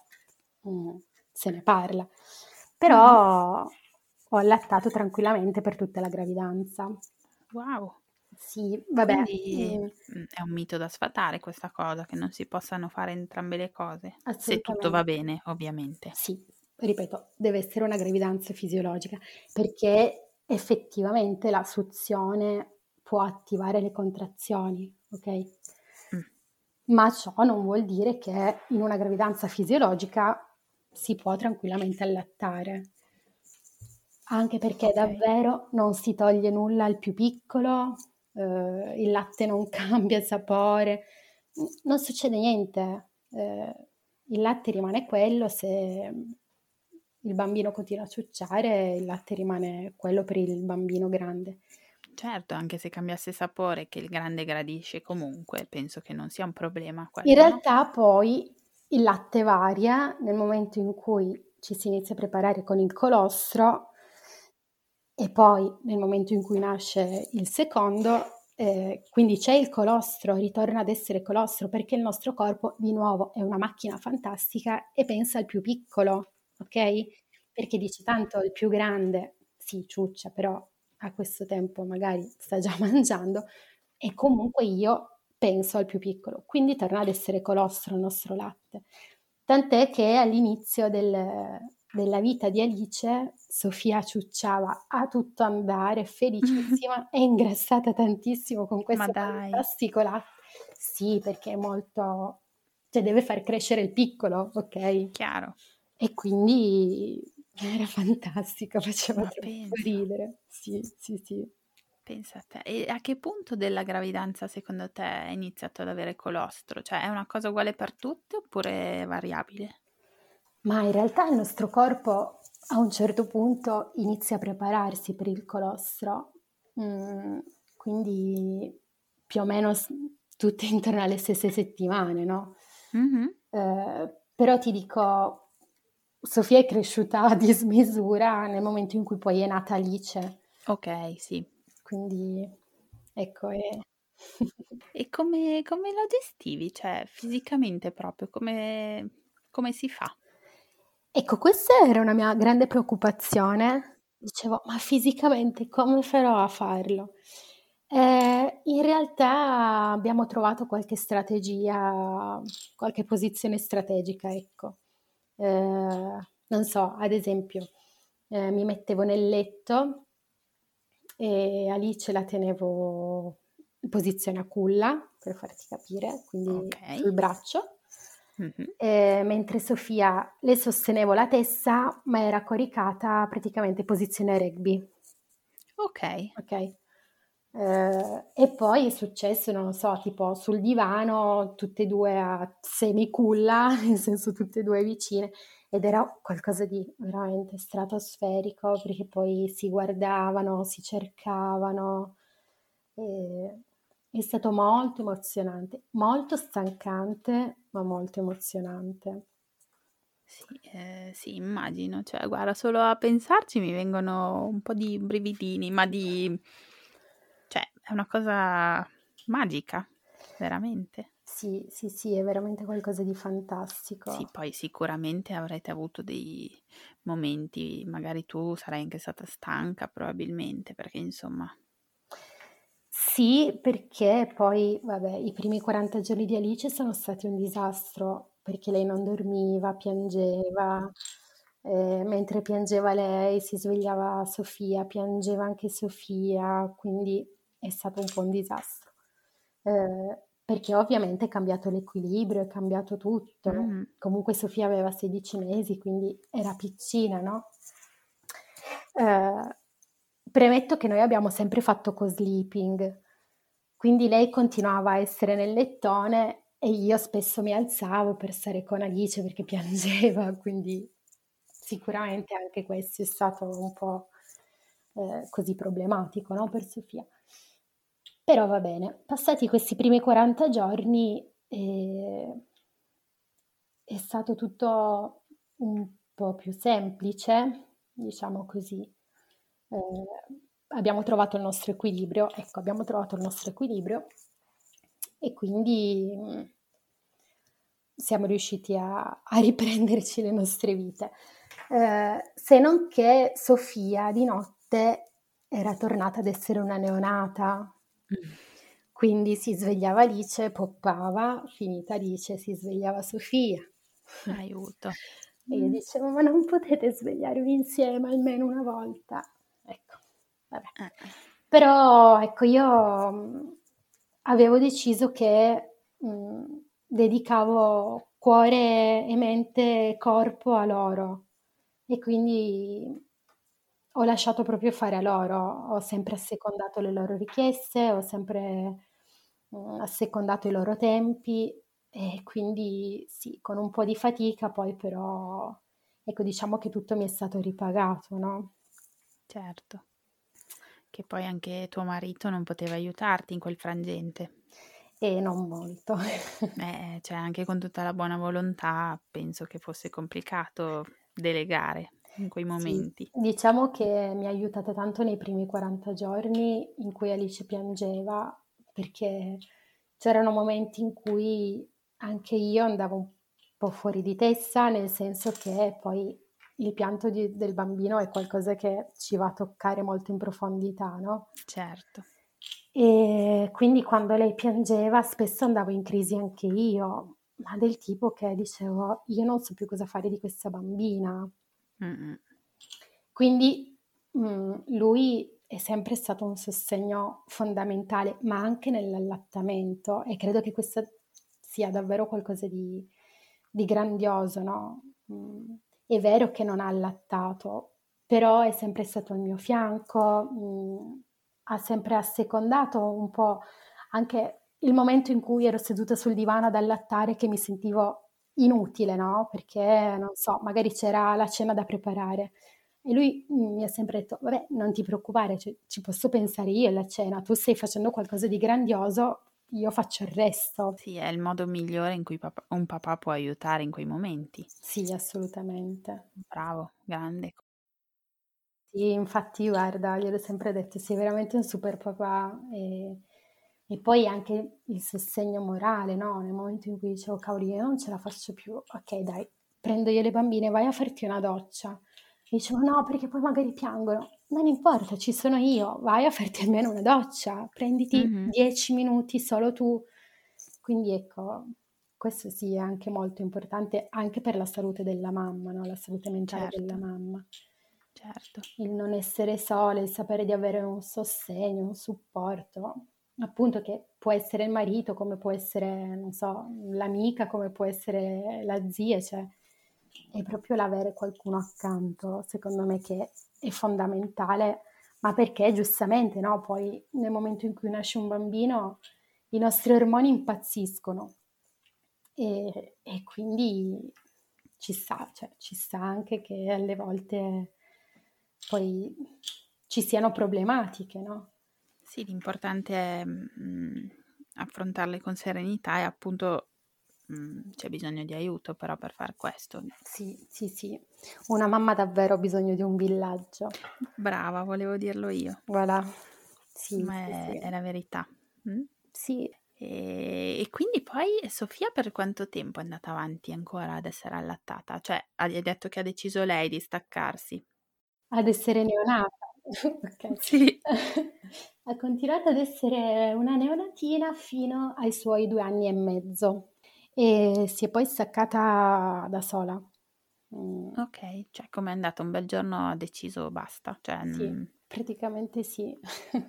[SPEAKER 5] se ne parla.
[SPEAKER 4] Mhm.
[SPEAKER 5] Però ho allattato tranquillamente per tutta la gravidanza.
[SPEAKER 4] Wow.
[SPEAKER 5] Sì, vabbè,
[SPEAKER 4] Quindi è un mito da sfatare questa cosa, che non si possano fare entrambe le cose, se tutto va
[SPEAKER 5] assolutamente.
[SPEAKER 4] bene, ovviamente.
[SPEAKER 5] Sì, ripeto, deve essere una gravidanza fisiologica, perché effettivamente la suzione può attivare le contrazioni, ok?
[SPEAKER 4] Mm.
[SPEAKER 5] Ma ciò non vuol dire che in una gravidanza fisiologica si può tranquillamente allattare, anche perché
[SPEAKER 4] Ok.
[SPEAKER 5] davvero non si toglie nulla al più piccolo, il latte non cambia sapore, non succede niente, il latte rimane quello, se il bambino continua a ciucciare, il latte rimane quello per il bambino grande.
[SPEAKER 4] Certo, anche se cambiasse sapore, che il grande gradisce comunque, penso che non sia un problema
[SPEAKER 5] In
[SPEAKER 4] quello, no?
[SPEAKER 5] realtà poi il latte varia nel momento in cui ci si inizia a preparare con il colostro e poi nel momento in cui nasce il secondo, quindi c'è il colostro, ritorna ad essere colostro perché il nostro corpo di nuovo è una macchina fantastica e pensa al più piccolo, ok? Perché dici tanto il più grande sì, ciuccia, però a questo tempo magari sta già mangiando e comunque io penso al più piccolo, quindi torna ad essere colostro il nostro latte. Tant'è che all'inizio della vita di Alice, Sofia ciucciava a tutto andare, felicissima, è ingrassata tantissimo con
[SPEAKER 4] Ma
[SPEAKER 5] questo
[SPEAKER 4] dai,
[SPEAKER 5] fantastico latte. Sì, perché è molto, cioè deve far crescere il piccolo, ok?
[SPEAKER 4] chiaro,
[SPEAKER 5] E quindi era fantastica, faceva
[SPEAKER 4] ma
[SPEAKER 5] troppo
[SPEAKER 4] pensa.
[SPEAKER 5] ridere. Sì, sì, sì.
[SPEAKER 4] Pensa a te. E a che punto della gravidanza secondo te hai iniziato ad avere colostro? Cioè è una cosa uguale per tutte oppure è variabile?
[SPEAKER 5] Ma in realtà il nostro corpo a un certo punto inizia a prepararsi per il colostro, mm, quindi più o meno tutte intorno alle stesse settimane, no?
[SPEAKER 4] Mhm.
[SPEAKER 5] Però ti dico, Sofia è cresciuta a dismisura nel momento in cui poi è nata Alice,
[SPEAKER 4] Ok, sì.
[SPEAKER 5] quindi ecco,
[SPEAKER 4] E come la gestivi? Cioè fisicamente proprio, come si fa?
[SPEAKER 5] Ecco, questa era una mia grande preoccupazione. Dicevo, ma fisicamente come farò a farlo? In realtà abbiamo trovato qualche strategia, qualche posizione strategica, ecco. Non so, ad esempio, mi mettevo nel letto e Alice la tenevo in posizione a culla, per farti capire, quindi
[SPEAKER 4] Ok.
[SPEAKER 5] sul braccio,
[SPEAKER 4] Mhm.
[SPEAKER 5] mentre Sofia le sostenevo la testa, ma era coricata praticamente in posizione rugby.
[SPEAKER 4] Ok.
[SPEAKER 5] Ok. E poi è successo, non lo so, tipo sul divano, tutte e due a semiculla, nel senso tutte e due vicine, ed era qualcosa di veramente stratosferico, perché poi si guardavano, si cercavano, e è stato molto emozionante, molto stancante, ma molto emozionante.
[SPEAKER 4] Sì, sì, immagino. Cioè, guarda, solo a pensarci mi vengono un po' di brividini, cioè, è una cosa magica, veramente.
[SPEAKER 5] Sì, sì, sì, è veramente qualcosa di
[SPEAKER 4] Sì,
[SPEAKER 5] fantastico.
[SPEAKER 4] poi sicuramente avrete avuto dei momenti, magari tu sarai anche stata stanca, probabilmente, perché insomma,
[SPEAKER 5] Sì, perché poi, vabbè, i primi 40 giorni di Alice sono stati un disastro, perché lei non dormiva, piangeva, mentre piangeva lei si svegliava Sofia, piangeva anche Sofia, quindi è stato un po' un disastro. Perché ovviamente è cambiato l'equilibrio, è cambiato tutto.
[SPEAKER 4] mhm,
[SPEAKER 5] Comunque Sofia aveva 16 mesi, quindi era piccina, no? Eh, Premetto che noi abbiamo sempre fatto co-sleeping, quindi lei continuava a essere nel lettone e io spesso mi alzavo per stare con Alice perché piangeva, quindi sicuramente anche questo è stato un po' così problematico, no, per Sofia. Però va bene, passati questi primi 40 giorni è stato tutto un po' più semplice, diciamo così. abbiamo trovato il nostro equilibrio, ecco, abbiamo trovato il nostro equilibrio e quindi siamo riusciti a riprenderci le nostre vite. Se non che Sofia di notte era tornata ad essere una neonata, quindi si svegliava Alice, poppava, finita Alice, si svegliava Sofia.
[SPEAKER 4] Aiuto.
[SPEAKER 5] E io dicevo, ma non potete svegliarvi insieme almeno una volta? Ecco, vabbè. Però, ecco, io avevo deciso che dedicavo cuore e mente e corpo a loro e quindi ho lasciato proprio fare a loro, ho sempre assecondato le loro richieste, ho sempre assecondato i loro tempi e quindi sì, con un po' di fatica poi però, ecco, diciamo che tutto mi è stato ripagato, no?
[SPEAKER 4] Certo. Che poi anche tuo marito non poteva aiutarti in quel frangente.
[SPEAKER 5] E non molto.
[SPEAKER 4] Cioè anche con tutta la buona volontà penso che fosse complicato delegare in quei momenti.
[SPEAKER 5] Sì, diciamo che mi ha aiutato tanto nei primi 40 giorni in cui Alice piangeva, perché c'erano momenti in cui anche io andavo un po' fuori di testa, nel senso che poi il pianto del bambino è qualcosa che ci va a toccare molto in profondità, no?
[SPEAKER 4] Certo.
[SPEAKER 5] E quindi quando lei piangeva spesso andavo in crisi anche io, ma del tipo che dicevo, io non so più cosa fare di questa bambina. Quindi lui è sempre stato un sostegno fondamentale, ma anche nell'allattamento, e credo che questo sia davvero qualcosa di grandioso, no? È vero che non ha allattato, però è sempre stato al mio fianco, ha sempre assecondato un po' anche il momento in cui ero seduta sul divano ad allattare che mi sentivo inutile, no? Perché, non so, magari c'era la cena da preparare. E lui mi ha sempre detto, vabbè, non ti preoccupare, cioè, ci posso pensare io alla cena, tu stai facendo qualcosa di grandioso, io faccio il resto.
[SPEAKER 4] Sì, è il modo migliore in cui un papà può aiutare in quei momenti.
[SPEAKER 5] Sì, assolutamente.
[SPEAKER 4] Bravo, grande.
[SPEAKER 5] Sì, infatti, guarda, gliel'ho sempre detto, sei veramente un super papà e poi anche il sostegno morale, no? Nel momento in cui dicevo, cavoli, io non ce la faccio più, ok, dai, prendo io le bambine, vai a farti una doccia. E dicevo, no, perché poi magari piangono. Non importa, ci sono io, vai a farti almeno una doccia, prenditi 10 minuti solo tu. Quindi ecco, questo sì è anche molto importante anche per la salute della mamma, no? La salute mentale della mamma.
[SPEAKER 4] Certo.
[SPEAKER 5] Il non essere sole, il sapere di avere un sostegno, un supporto, appunto che può essere il marito, come può essere, non so, l'amica, come può essere la zia, cioè è proprio l'avere qualcuno accanto, secondo me, che è fondamentale, ma perché giustamente, no? Poi nel momento in cui nasce un bambino i nostri ormoni impazziscono e quindi ci sta anche che alle volte poi ci siano problematiche, no?
[SPEAKER 4] Sì, l'importante è affrontarle con serenità e appunto c'è bisogno di aiuto però per fare questo.
[SPEAKER 5] Sì. Una mamma davvero ha bisogno di un villaggio.
[SPEAKER 4] Brava, volevo dirlo io.
[SPEAKER 5] Voilà. Sì.
[SPEAKER 4] È la verità.
[SPEAKER 5] Sì.
[SPEAKER 4] E quindi poi Sofia per quanto tempo è andata avanti ancora ad essere allattata? Cioè, hai detto che ha deciso lei di staccarsi.
[SPEAKER 5] Ad essere neonata. Okay.
[SPEAKER 4] Sì.
[SPEAKER 5] Ha continuato ad essere una neonatina fino ai suoi 2 anni e mezzo e si è poi staccata da sola.
[SPEAKER 4] Ok, cioè com'è andata? Un bel giorno ha deciso basta. Cioè,
[SPEAKER 5] Sì, praticamente sì.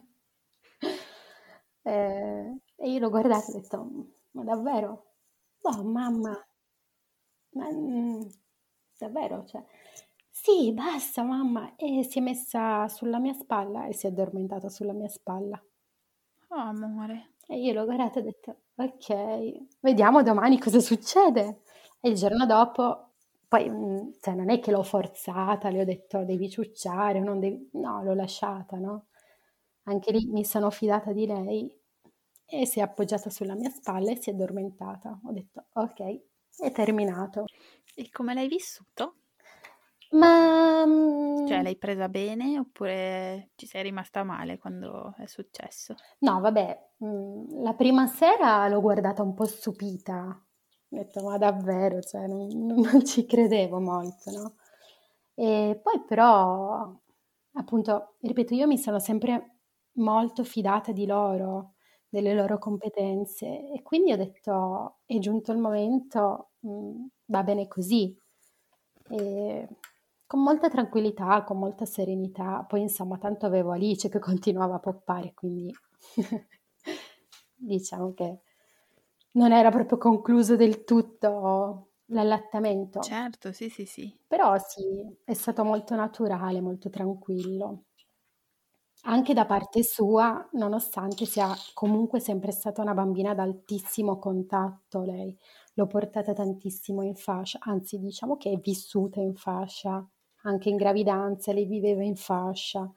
[SPEAKER 5] E io l'ho guardato e ho detto, ma davvero? Oh mamma, ma davvero? Cioè, sì, basta mamma. E si è messa sulla mia spalla e si è addormentata sulla mia spalla.
[SPEAKER 4] Oh amore.
[SPEAKER 5] E io l'ho guardata e ho detto, ok, vediamo domani cosa succede. E il giorno dopo, poi cioè, non è che l'ho forzata, le ho detto devi ciucciare, non devi... no, l'ho lasciata, no? Anche lì mi sono fidata di lei e si è appoggiata sulla mia spalla e si è addormentata. Ho detto, ok, è terminato.
[SPEAKER 4] E come l'hai vissuto?
[SPEAKER 5] Ma
[SPEAKER 4] Cioè, Cioè, l'hai presa bene oppure ci sei rimasta male quando è successo?
[SPEAKER 5] No, vabbè, la prima sera l'ho guardata un po' stupita. Ho detto, ma davvero? Cioè, non ci credevo molto, no? E poi però, appunto, ripeto, io mi sono sempre molto fidata di loro, delle loro competenze e quindi ho detto, è giunto il momento, va bene così. E con molta tranquillità, con molta serenità. Poi insomma, tanto avevo Alice che continuava a poppare, quindi diciamo che non era proprio concluso del tutto l'allattamento.
[SPEAKER 4] Certo, sì, sì, sì.
[SPEAKER 5] Però sì, è stato molto naturale, molto tranquillo. Anche da parte sua, nonostante sia comunque sempre stata una bambina ad altissimo contatto, lei l'ho portata tantissimo in fascia, anzi diciamo che è vissuta in fascia, anche in gravidanza lei viveva in fascia.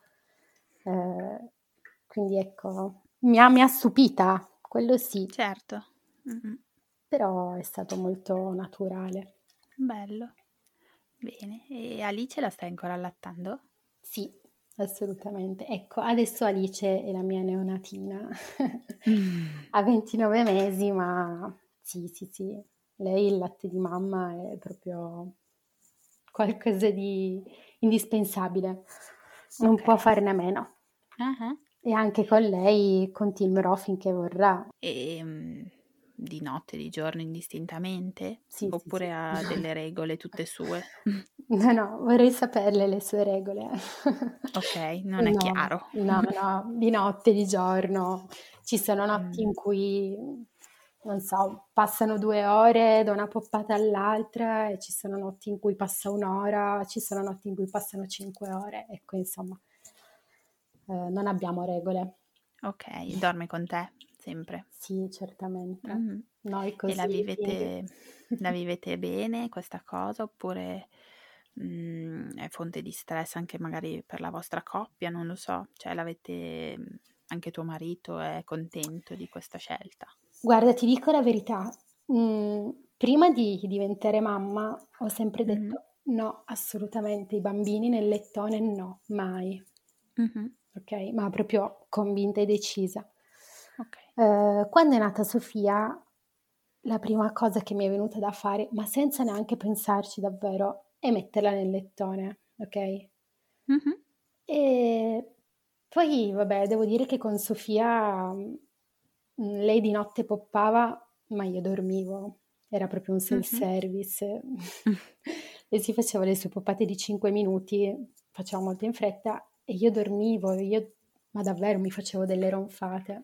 [SPEAKER 5] Quindi ecco, mi ha stupita, quello sì,
[SPEAKER 4] Certo. Mm-mm.
[SPEAKER 5] però è stato molto naturale.
[SPEAKER 4] Bello. Bene. E Alice la stai ancora allattando?
[SPEAKER 5] Sì, assolutamente. Ecco, adesso Alice è la mia neonatina, ha 29 mesi, ma sì, sì, sì, lei il latte di mamma è proprio qualcosa di indispensabile, non può
[SPEAKER 4] Ok.
[SPEAKER 5] farne a meno.
[SPEAKER 4] Ah,
[SPEAKER 5] E anche con lei continuerò finché vorrà.
[SPEAKER 4] E di notte, di giorno, indistintamente?
[SPEAKER 5] Sì, sì, sì.
[SPEAKER 4] Oppure ha delle regole tutte sue?
[SPEAKER 5] No, no, vorrei saperle le sue regole.
[SPEAKER 4] Ok, non è
[SPEAKER 5] No,
[SPEAKER 4] chiaro.
[SPEAKER 5] no, no, di notte, di giorno. Ci sono notti in
[SPEAKER 4] Mm,
[SPEAKER 5] cui, non so, passano 2 ore da una poppata all'altra e ci sono notti in cui passa 1 ora, ci sono notti in cui passano 5 ore. Ecco, insomma, non abbiamo regole.
[SPEAKER 4] ok, dorme con te sempre.
[SPEAKER 5] Sì, certamente.
[SPEAKER 4] Mhm.
[SPEAKER 5] Noi
[SPEAKER 4] E
[SPEAKER 5] così, quindi.
[SPEAKER 4] la vivete bene questa cosa oppure è fonte di stress anche magari per la vostra coppia? Non lo so, cioè l'avete, anche tuo marito è contento di questa scelta?
[SPEAKER 5] Guarda, ti dico la verità, prima di diventare mamma ho sempre
[SPEAKER 4] Mhm,
[SPEAKER 5] detto no, assolutamente, i bambini nel lettone no, mai,
[SPEAKER 4] mhm,
[SPEAKER 5] ok? Ma proprio convinta e decisa.
[SPEAKER 4] ok.
[SPEAKER 5] Quando è nata Sofia, la prima cosa che mi è venuta da fare, ma senza neanche pensarci davvero, è metterla nel lettone, ok?
[SPEAKER 4] Mhm,
[SPEAKER 5] E poi, vabbè, devo dire che con Sofia, lei di notte poppava, ma io dormivo. Era proprio un
[SPEAKER 4] mhm.
[SPEAKER 5] self-service. Lei si faceva le sue poppate di 5 minuti, faceva molto in fretta e io dormivo, ma davvero mi facevo delle ronfate.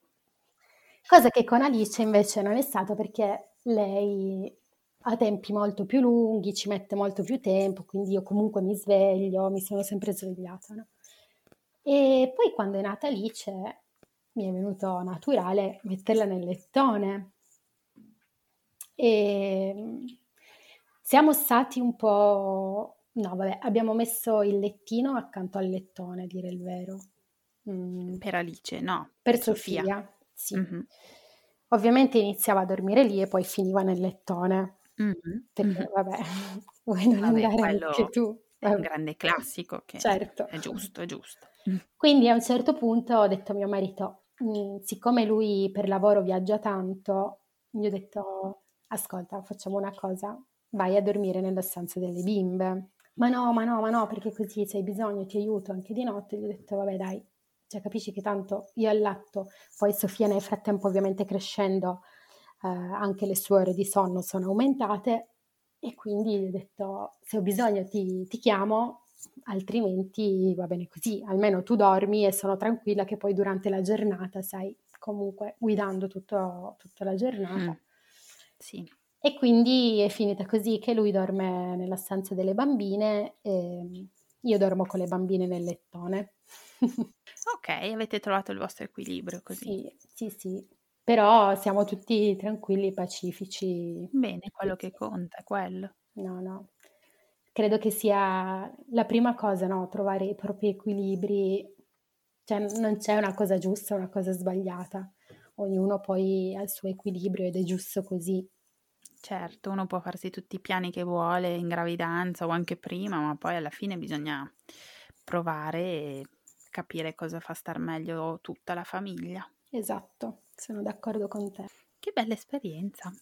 [SPEAKER 5] Cosa che con Alice invece non è stato perché lei ha tempi molto più lunghi, ci mette molto più tempo, quindi io comunque mi sveglio, mi sono sempre svegliata, no? E poi quando è nata Alice mi è venuto naturale metterla nel lettone. E siamo stati un po'. No, vabbè, abbiamo messo il lettino accanto al lettone, a dire il vero. Mm,
[SPEAKER 4] Per Alice, no,
[SPEAKER 5] per
[SPEAKER 4] per Sofia.
[SPEAKER 5] Sofia, sì.
[SPEAKER 4] Mhm,
[SPEAKER 5] Ovviamente iniziava a dormire lì e poi finiva nel lettone,
[SPEAKER 4] mhm,
[SPEAKER 5] perché
[SPEAKER 4] mhm.
[SPEAKER 5] vabbè, vuoi non
[SPEAKER 4] Vabbè,
[SPEAKER 5] andare anche
[SPEAKER 4] quello
[SPEAKER 5] tu?
[SPEAKER 4] è un
[SPEAKER 5] Vabbè.
[SPEAKER 4] grande classico che
[SPEAKER 5] Certo.
[SPEAKER 4] è giusto, è giusto.
[SPEAKER 5] Quindi a un certo punto ho detto a mio marito, siccome lui per lavoro viaggia tanto, gli ho detto, ascolta, facciamo una cosa, vai a dormire nella stanza delle bimbe. Ma no, ma no, ma no, perché così se hai bisogno ti aiuto anche di notte. Gli ho detto, vabbè dai, cioè capisci che tanto io allatto, poi Sofia nel frattempo ovviamente crescendo, anche le sue ore di sonno sono aumentate e quindi gli ho detto, se ho bisogno ti chiamo, altrimenti va bene così, almeno tu dormi e sono tranquilla che poi durante la giornata, sai, comunque guidando tutta la
[SPEAKER 4] Mm,
[SPEAKER 5] giornata.
[SPEAKER 4] sì.
[SPEAKER 5] E quindi è finita così che lui dorme nella stanza delle bambine e io dormo con le bambine nel lettone.
[SPEAKER 4] Ok, avete trovato il vostro equilibrio così.
[SPEAKER 5] Sì, sì, sì, però siamo tutti tranquilli e pacifici.
[SPEAKER 4] Bene,
[SPEAKER 5] Sì,
[SPEAKER 4] quello che
[SPEAKER 5] sì.
[SPEAKER 4] conta è quello.
[SPEAKER 5] No, no. Credo che sia la prima cosa, no? Trovare i propri equilibri. Cioè, non c'è una cosa giusta e una cosa sbagliata. Ognuno poi ha il suo equilibrio ed è giusto così.
[SPEAKER 4] Certo, uno può farsi tutti i piani che vuole in gravidanza o anche prima, ma poi alla fine bisogna provare e capire cosa fa star meglio tutta la famiglia.
[SPEAKER 5] Esatto, sono d'accordo con te.
[SPEAKER 4] Che bella esperienza.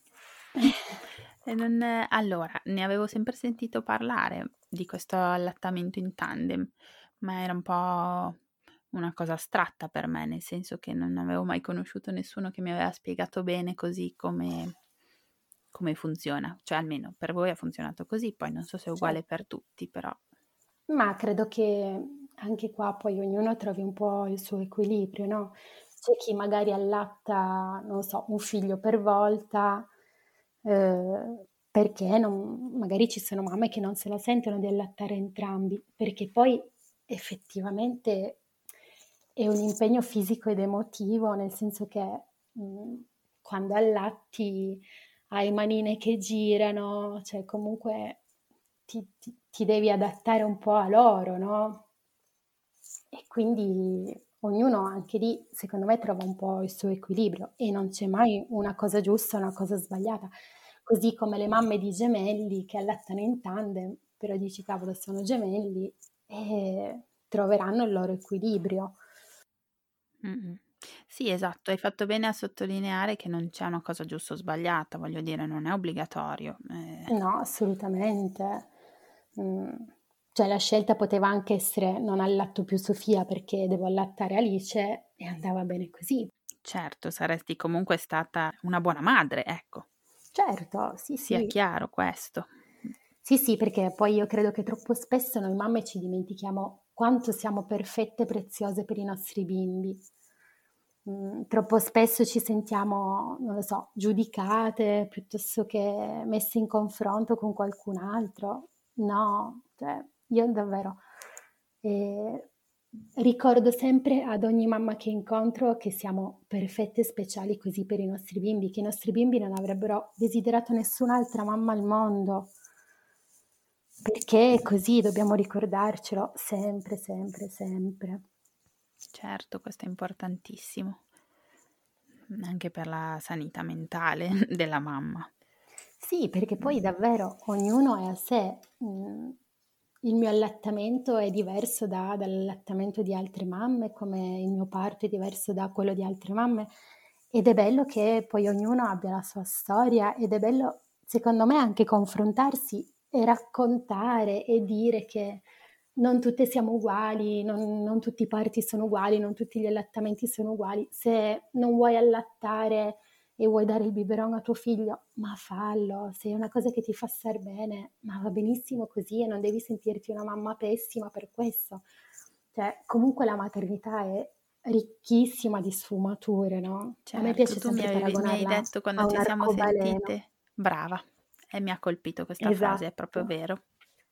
[SPEAKER 4] Allora, ne avevo sempre sentito parlare di questo allattamento in tandem, ma era un po' una cosa astratta per me, nel senso che non avevo mai conosciuto nessuno che mi aveva spiegato bene così come funziona. Cioè, almeno per voi ha funzionato così, poi non so se è uguale per tutti, però.
[SPEAKER 5] Ma credo che anche qua poi ognuno trovi un po' il suo equilibrio, no? C'è chi magari allatta, non so, un figlio per volta, perché magari ci sono mamme che non se la sentono di allattare entrambi, perché poi effettivamente è un impegno fisico ed emotivo, nel senso che quando allatti hai manine che girano, cioè comunque ti devi adattare un po' a loro, no? E quindi ognuno anche lì, secondo me, trova un po' il suo equilibrio e non c'è mai una cosa giusta o una cosa sbagliata. Così come le mamme di gemelli che allattano in tandem, però dici, cavolo, sono gemelli e troveranno il loro equilibrio.
[SPEAKER 4] Sì, esatto, hai fatto bene a sottolineare che non c'è una cosa giusta o sbagliata, voglio dire, non è obbligatorio.
[SPEAKER 5] No, assolutamente. Cioè la scelta poteva anche essere non allatto più Sofia perché devo allattare Alice e andava bene così.
[SPEAKER 4] Certo, saresti comunque stata una buona madre, ecco,
[SPEAKER 5] Certo, sì,
[SPEAKER 4] sia
[SPEAKER 5] sì.
[SPEAKER 4] chiaro questo.
[SPEAKER 5] Sì, perché poi io credo che troppo spesso noi mamme ci dimentichiamo quanto siamo perfette e preziose per i nostri bimbi. Troppo spesso ci sentiamo, non lo so, giudicate piuttosto che messe in confronto con qualcun altro. No, cioè io davvero ricordo sempre ad ogni mamma che incontro che siamo perfette e speciali così per i nostri bimbi, che i nostri bimbi non avrebbero desiderato nessun'altra mamma al mondo. Perché è così, dobbiamo ricordarcelo sempre, sempre, sempre.
[SPEAKER 4] Certo, questo è importantissimo, anche per la sanità mentale della mamma.
[SPEAKER 5] Sì, perché poi davvero ognuno è a sé. Il mio allattamento è diverso dall'allattamento di altre mamme, come il mio parto è diverso da quello di altre mamme. Ed è bello che poi ognuno abbia la sua storia ed è bello, secondo me, anche confrontarsi e raccontare e dire che non tutte siamo uguali, non tutti i parti sono uguali, non tutti gli allattamenti sono uguali. Se non vuoi allattare e vuoi dare il biberon a tuo figlio, ma fallo, se è una cosa che ti fa star bene, ma va benissimo così e non devi sentirti una mamma pessima per questo. Cioè, comunque la maternità è ricchissima di sfumature, no? A me piace
[SPEAKER 4] Certo, tu mi
[SPEAKER 5] sempre
[SPEAKER 4] hai
[SPEAKER 5] paragonarla
[SPEAKER 4] detto quando
[SPEAKER 5] a un
[SPEAKER 4] ci siamo
[SPEAKER 5] arcobaleno.
[SPEAKER 4] sentite, brava, e mi ha colpito questa frase, è proprio
[SPEAKER 5] Esatto.
[SPEAKER 4] vero.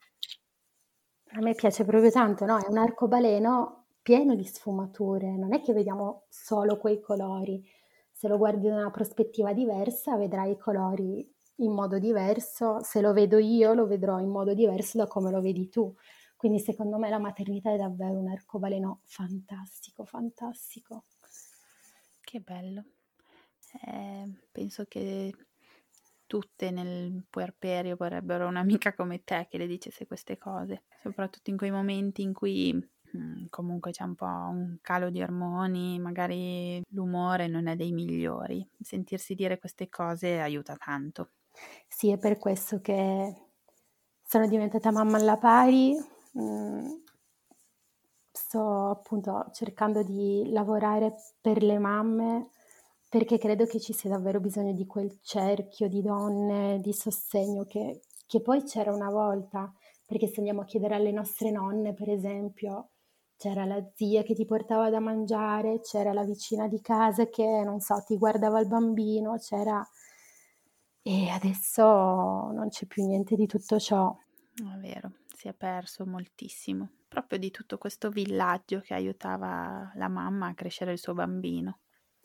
[SPEAKER 5] A me piace proprio tanto, no? È un arcobaleno pieno di sfumature, non è che vediamo solo quei colori. Se lo guardi da una prospettiva diversa, vedrai i colori in modo diverso. Se lo vedo io, lo vedrò in modo diverso da come lo vedi tu. Quindi secondo me la maternità è davvero un arcobaleno fantastico, fantastico.
[SPEAKER 4] Che bello. Penso che tutte nel puerperio vorrebbero un'amica come te che le dicesse queste cose, soprattutto in quei momenti in cui comunque c'è un po' un calo di ormoni, magari l'umore non è dei migliori. Sentirsi dire queste cose aiuta tanto.
[SPEAKER 5] Sì, è per questo che sono diventata mamma alla pari. Sto appunto cercando di lavorare per le mamme perché credo che ci sia davvero bisogno di quel cerchio di donne, di sostegno che poi c'era una volta, perché se andiamo a chiedere alle nostre nonne, per esempio, c'era la zia che ti portava da mangiare, c'era la vicina di casa che, non so, ti guardava il bambino, c'era... E adesso non c'è più niente di tutto ciò.
[SPEAKER 4] È vero, si è perso moltissimo, proprio di tutto questo villaggio che aiutava la mamma a crescere il suo bambino.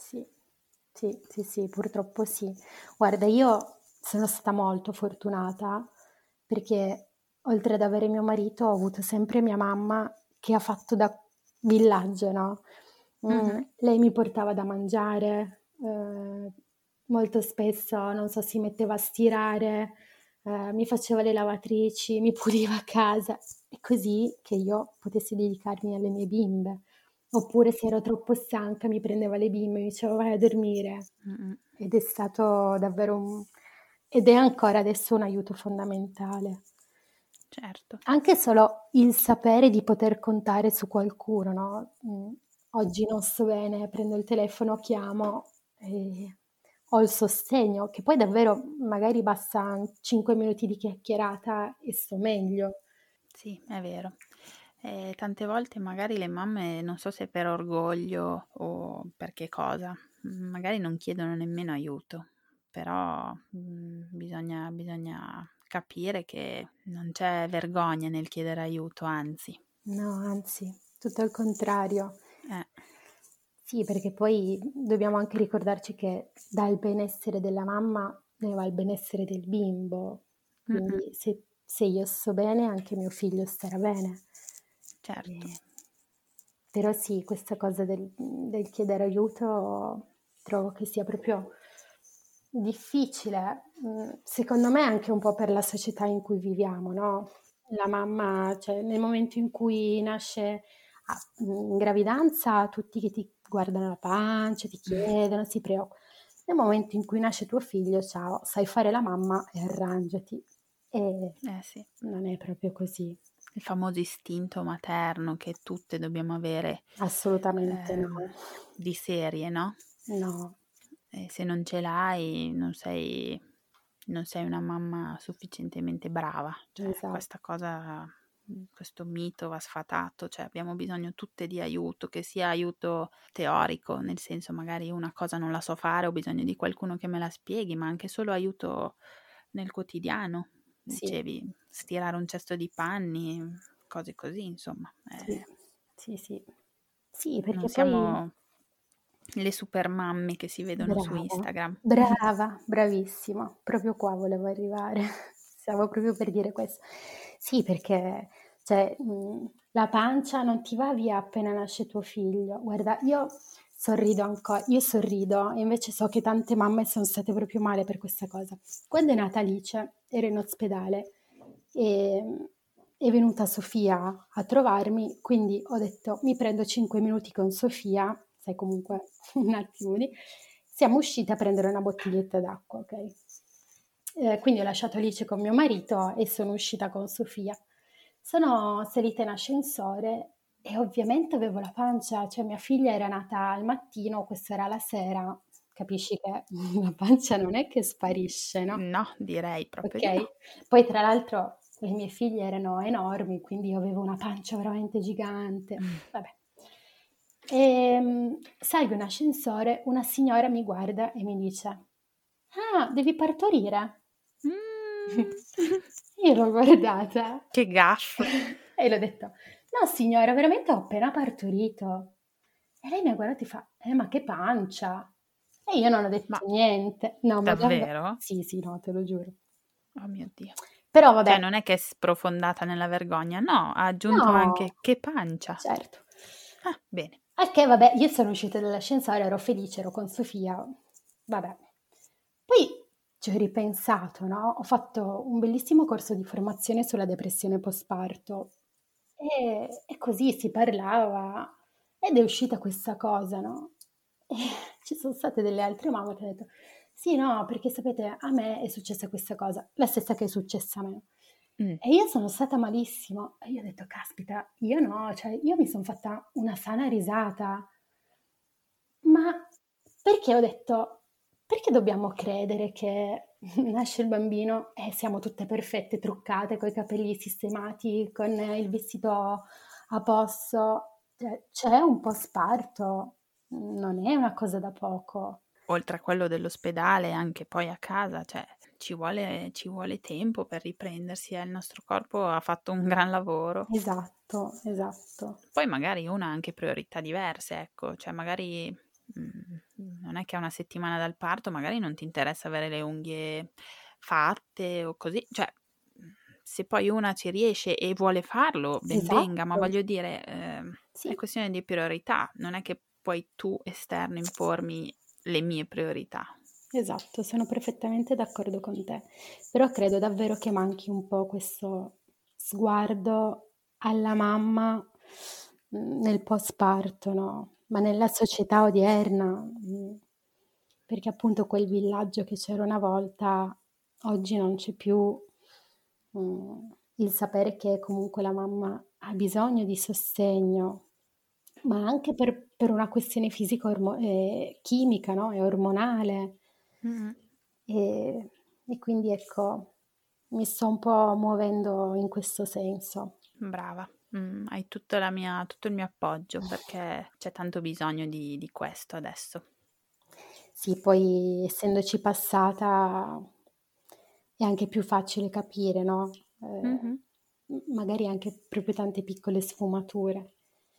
[SPEAKER 5] Sì, purtroppo sì. Guarda, io sono stata molto fortunata perché oltre ad avere mio marito ho avuto sempre mia mamma che ha fatto da villaggio, no? Lei mi portava da mangiare, molto spesso, non so, si metteva a stirare, mi faceva le lavatrici, mi puliva casa, e così che io potessi dedicarmi alle mie bimbe. Oppure se ero troppo stanca mi prendeva le bimbe e mi diceva vai a dormire. Ed è stato davvero ed è ancora adesso un aiuto fondamentale.
[SPEAKER 4] Certo.
[SPEAKER 5] Anche solo il sapere di poter contare su qualcuno, no? Oggi non sto bene, prendo il telefono, chiamo e ho il sostegno, che poi davvero magari basta 5 minuti di chiacchierata e sto meglio.
[SPEAKER 4] Sì, è vero. Tante volte magari le mamme, non so se per orgoglio o per che cosa, magari non chiedono nemmeno aiuto, però bisogna capire che non c'è vergogna nel chiedere aiuto, anzi.
[SPEAKER 5] No, anzi, tutto il contrario.
[SPEAKER 4] Eh,
[SPEAKER 5] Sì, perché poi dobbiamo anche ricordarci che dal benessere della mamma ne va il benessere del bimbo. Quindi se io sto bene, anche mio figlio starà bene.
[SPEAKER 4] certo.
[SPEAKER 5] Però sì, questa cosa del chiedere aiuto trovo che sia proprio difficile. Secondo me anche un po' per la società in cui viviamo, no? La mamma, cioè nel momento in cui nasce in gravidanza, tutti che ti guardano la pancia, ti chiedono, si preoccupano. Nel momento in cui nasce tuo figlio, ciao, sai fare la mamma e arrangiati. E
[SPEAKER 4] Sì.
[SPEAKER 5] non è proprio così.
[SPEAKER 4] Il famoso istinto materno che tutte dobbiamo avere
[SPEAKER 5] Assolutamente no.
[SPEAKER 4] di serie, no?
[SPEAKER 5] No.
[SPEAKER 4] E se non ce l'hai, non sei una mamma sufficientemente brava. Cioè,
[SPEAKER 5] Esatto.
[SPEAKER 4] questa cosa, questo mito va sfatato. Cioè, abbiamo bisogno tutte di aiuto, che sia aiuto teorico, nel senso magari una cosa non la so fare, ho bisogno di qualcuno che me la spieghi, ma anche solo aiuto nel quotidiano.
[SPEAKER 5] Sì.
[SPEAKER 4] Dicevi, stirare un cesto di panni, cose così, insomma.
[SPEAKER 5] Sì. Sì, perché
[SPEAKER 4] Non
[SPEAKER 5] poi
[SPEAKER 4] siamo le super mamme che si vedono su Instagram.
[SPEAKER 5] Brava, bravissima, proprio qua volevo arrivare. Stavo proprio per dire questo. Sì, perché cioè, la pancia non ti va via appena nasce tuo figlio. Guarda, io sorrido e invece so che tante mamme sono state proprio male per questa cosa. Quando è nata Alice, ero in ospedale e è venuta Sofia a trovarmi, quindi ho detto mi prendo 5 minuti con Sofia, sai comunque un attimo siamo uscite a prendere una bottiglietta d'acqua, ok? Quindi ho lasciato Alice con mio marito e sono uscita con Sofia. Sono salita in ascensore e ovviamente avevo la pancia, cioè mia figlia era nata al mattino, questa era la sera, capisci che la pancia non è che sparisce, no?
[SPEAKER 4] No, direi proprio
[SPEAKER 5] Ok,
[SPEAKER 4] di no.
[SPEAKER 5] poi tra l'altro le mie figlie erano enormi, quindi io avevo una pancia veramente gigante. Vabbè. Salgo in ascensore, una signora mi guarda e mi dice: ah, devi partorire? Io l'ho guardata
[SPEAKER 4] Che gaff.
[SPEAKER 5] e le ho detto: no signora, veramente ho appena partorito. E lei mi ha guardato e fa: ma che pancia! E io non ho detto niente. No,
[SPEAKER 4] davvero?
[SPEAKER 5] Sì, no, te lo giuro.
[SPEAKER 4] Oh mio Dio.
[SPEAKER 5] Però vabbè.
[SPEAKER 4] Cioè non è che è sprofondata nella vergogna, no, ha aggiunto anche che pancia.
[SPEAKER 5] Certo.
[SPEAKER 4] Ah, bene.
[SPEAKER 5] Perché vabbè, io sono uscita dall'ascensore, ero felice, ero con Sofia, vabbè. Poi ci ho ripensato, no? Ho fatto un bellissimo corso di formazione sulla depressione postparto e così si parlava ed è uscita questa cosa, no? E ci sono state delle altre mamme che hanno detto sì, no, perché sapete, a me è successa questa cosa, la stessa che è successa a me. E io sono stata malissimo e io ho detto caspita, io no, cioè io mi sono fatta una sana risata, ma perché ho detto perché dobbiamo credere che nasce il bambino e siamo tutte perfette, truccate, coi capelli sistemati, con il vestito a posto, cioè, c'è un po' sparto, non è una cosa da poco.
[SPEAKER 4] Oltre a quello dell'ospedale, anche poi a casa, cioè ci vuole tempo per riprendersi, il nostro corpo ha fatto un gran lavoro.
[SPEAKER 5] Esatto.
[SPEAKER 4] Poi magari una ha anche priorità diverse, ecco, cioè magari non è che a una settimana dal parto magari non ti interessa avere le unghie fatte o così, cioè se poi una ci riesce e vuole farlo, ben venga, ma voglio dire, è questione di priorità, non è che puoi tu esterno impormi le mie priorità.
[SPEAKER 5] esatto, sono perfettamente d'accordo con te, però credo davvero che manchi un po' questo sguardo alla mamma nel postparto, no? Ma nella società odierna, perché appunto quel villaggio che c'era una volta, oggi non c'è più. Il sapere che comunque la mamma ha bisogno di sostegno, ma anche per una questione chimica, no? E ormonale. E quindi ecco, mi sto un po' muovendo in questo senso.
[SPEAKER 4] Brava, hai tutto il mio appoggio, perché c'è tanto bisogno di questo adesso.
[SPEAKER 5] Sì, poi essendoci passata è anche più facile capire, no? Magari anche proprio tante piccole sfumature.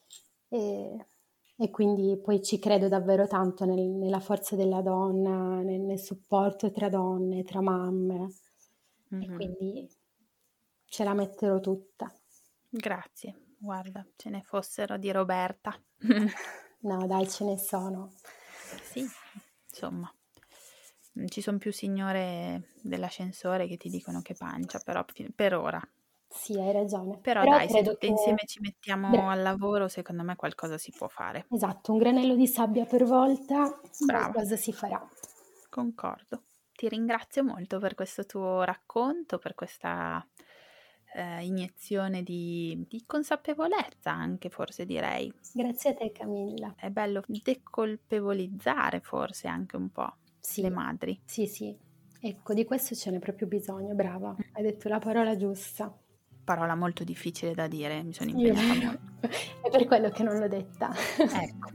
[SPEAKER 5] E quindi poi ci credo davvero tanto nella forza della donna, nel supporto tra donne, tra mamme. E quindi ce la metterò tutta.
[SPEAKER 4] Grazie, guarda, ce ne fossero di Roberta.
[SPEAKER 5] No, dai, ce ne sono.
[SPEAKER 4] Sì, insomma, ci sono più signore dell'ascensore che ti dicono che pancia, però per ora.
[SPEAKER 5] Sì, hai ragione.
[SPEAKER 4] Però dai, se tutte insieme ci mettiamo al lavoro, secondo me qualcosa si può fare.
[SPEAKER 5] Esatto, un granello di sabbia per volta, qualcosa si farà.
[SPEAKER 4] Concordo. Ti ringrazio molto per questo tuo racconto, per questa iniezione di consapevolezza anche, forse direi.
[SPEAKER 5] Grazie a te, Camilla.
[SPEAKER 4] È bello decolpevolizzare forse anche un po' le madri.
[SPEAKER 5] Sì, ecco, di questo ce n'è proprio bisogno, brava, hai detto la parola giusta.
[SPEAKER 4] Parola molto difficile da dire, mi sono impegnata molto.
[SPEAKER 5] È per quello che non l'ho detta.
[SPEAKER 4] Ecco.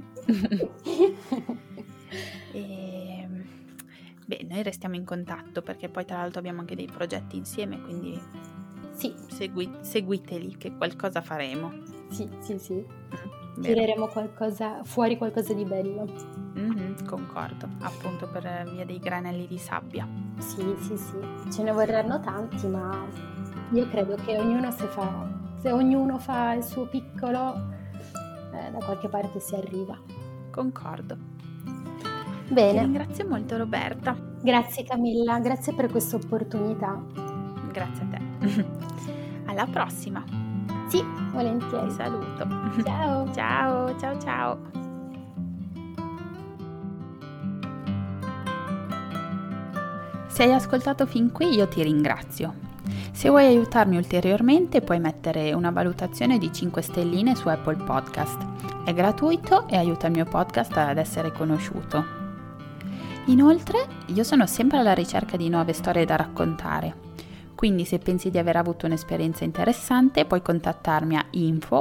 [SPEAKER 4] Beh, noi restiamo in contatto, perché poi tra l'altro abbiamo anche dei progetti insieme, quindi
[SPEAKER 5] sì,
[SPEAKER 4] seguiteli che qualcosa faremo.
[SPEAKER 5] Sì. Tireremo fuori qualcosa di bello.
[SPEAKER 4] Concordo, appunto per via dei granelli di sabbia.
[SPEAKER 5] Sì, ce ne vorranno tanti, ma io credo che se ognuno fa il suo piccolo, da qualche parte si arriva.
[SPEAKER 4] Concordo.
[SPEAKER 5] Bene.
[SPEAKER 4] Ti ringrazio molto, Roberta.
[SPEAKER 5] Grazie, Camilla, grazie per questa opportunità.
[SPEAKER 4] Grazie a te. Alla prossima.
[SPEAKER 5] Sì, volentieri.
[SPEAKER 4] Ti saluto. Ciao. Se hai ascoltato fin qui, io ti ringrazio. Se vuoi aiutarmi ulteriormente, puoi mettere una valutazione di 5 stelline su Apple Podcast. È gratuito e aiuta il mio podcast ad essere conosciuto. Inoltre, io sono sempre alla ricerca di nuove storie da raccontare. Quindi se pensi di aver avuto un'esperienza interessante, puoi contattarmi a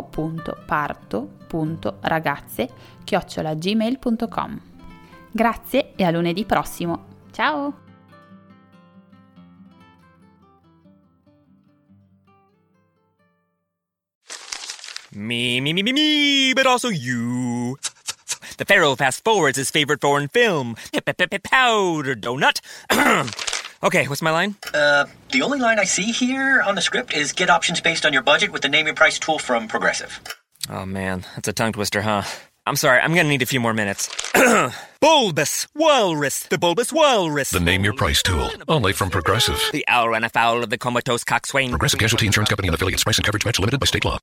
[SPEAKER 4] info.parto.ragazze@gmail.com. Grazie e a lunedì prossimo. Ciao!
[SPEAKER 1] Me, but also you. The Pharaoh fast forwards his favorite foreign film, Powder Donut. Okay, what's my line?
[SPEAKER 2] The only line I see here on the script is get options based on your budget with the Name Your Price tool from Progressive.
[SPEAKER 1] Oh man, that's a tongue twister, huh? I'm sorry, I'm gonna need a few more minutes. Bulbous Walrus, the Bulbous Walrus.
[SPEAKER 3] The Name Your Price tool, only from Progressive.
[SPEAKER 1] The owl ran afoul of the comatose coxswain.
[SPEAKER 3] Progressive Casualty Insurance Company and affiliates. Price and coverage match limited by state law.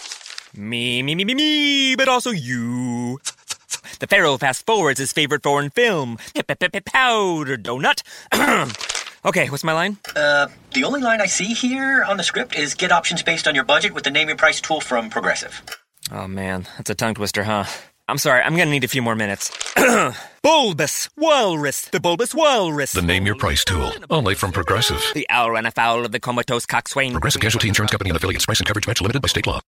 [SPEAKER 1] Me, but also you. The Pharaoh fast forwards his favorite foreign film, Powder Donut. Okay, what's my line?
[SPEAKER 2] The only line I see here on the script is get options based on your budget with the Name Your Price tool from Progressive.
[SPEAKER 1] Oh man, that's a tongue twister, huh? I'm sorry, I'm gonna need a few more minutes. Bulbous Walrus, the Bulbous Walrus.
[SPEAKER 3] The Name Your Price tool, only from Progressive.
[SPEAKER 1] The owl ran afoul of the comatose coxswain.
[SPEAKER 3] Progressive Casualty Insurance Company and affiliates. Price and coverage match limited by state law.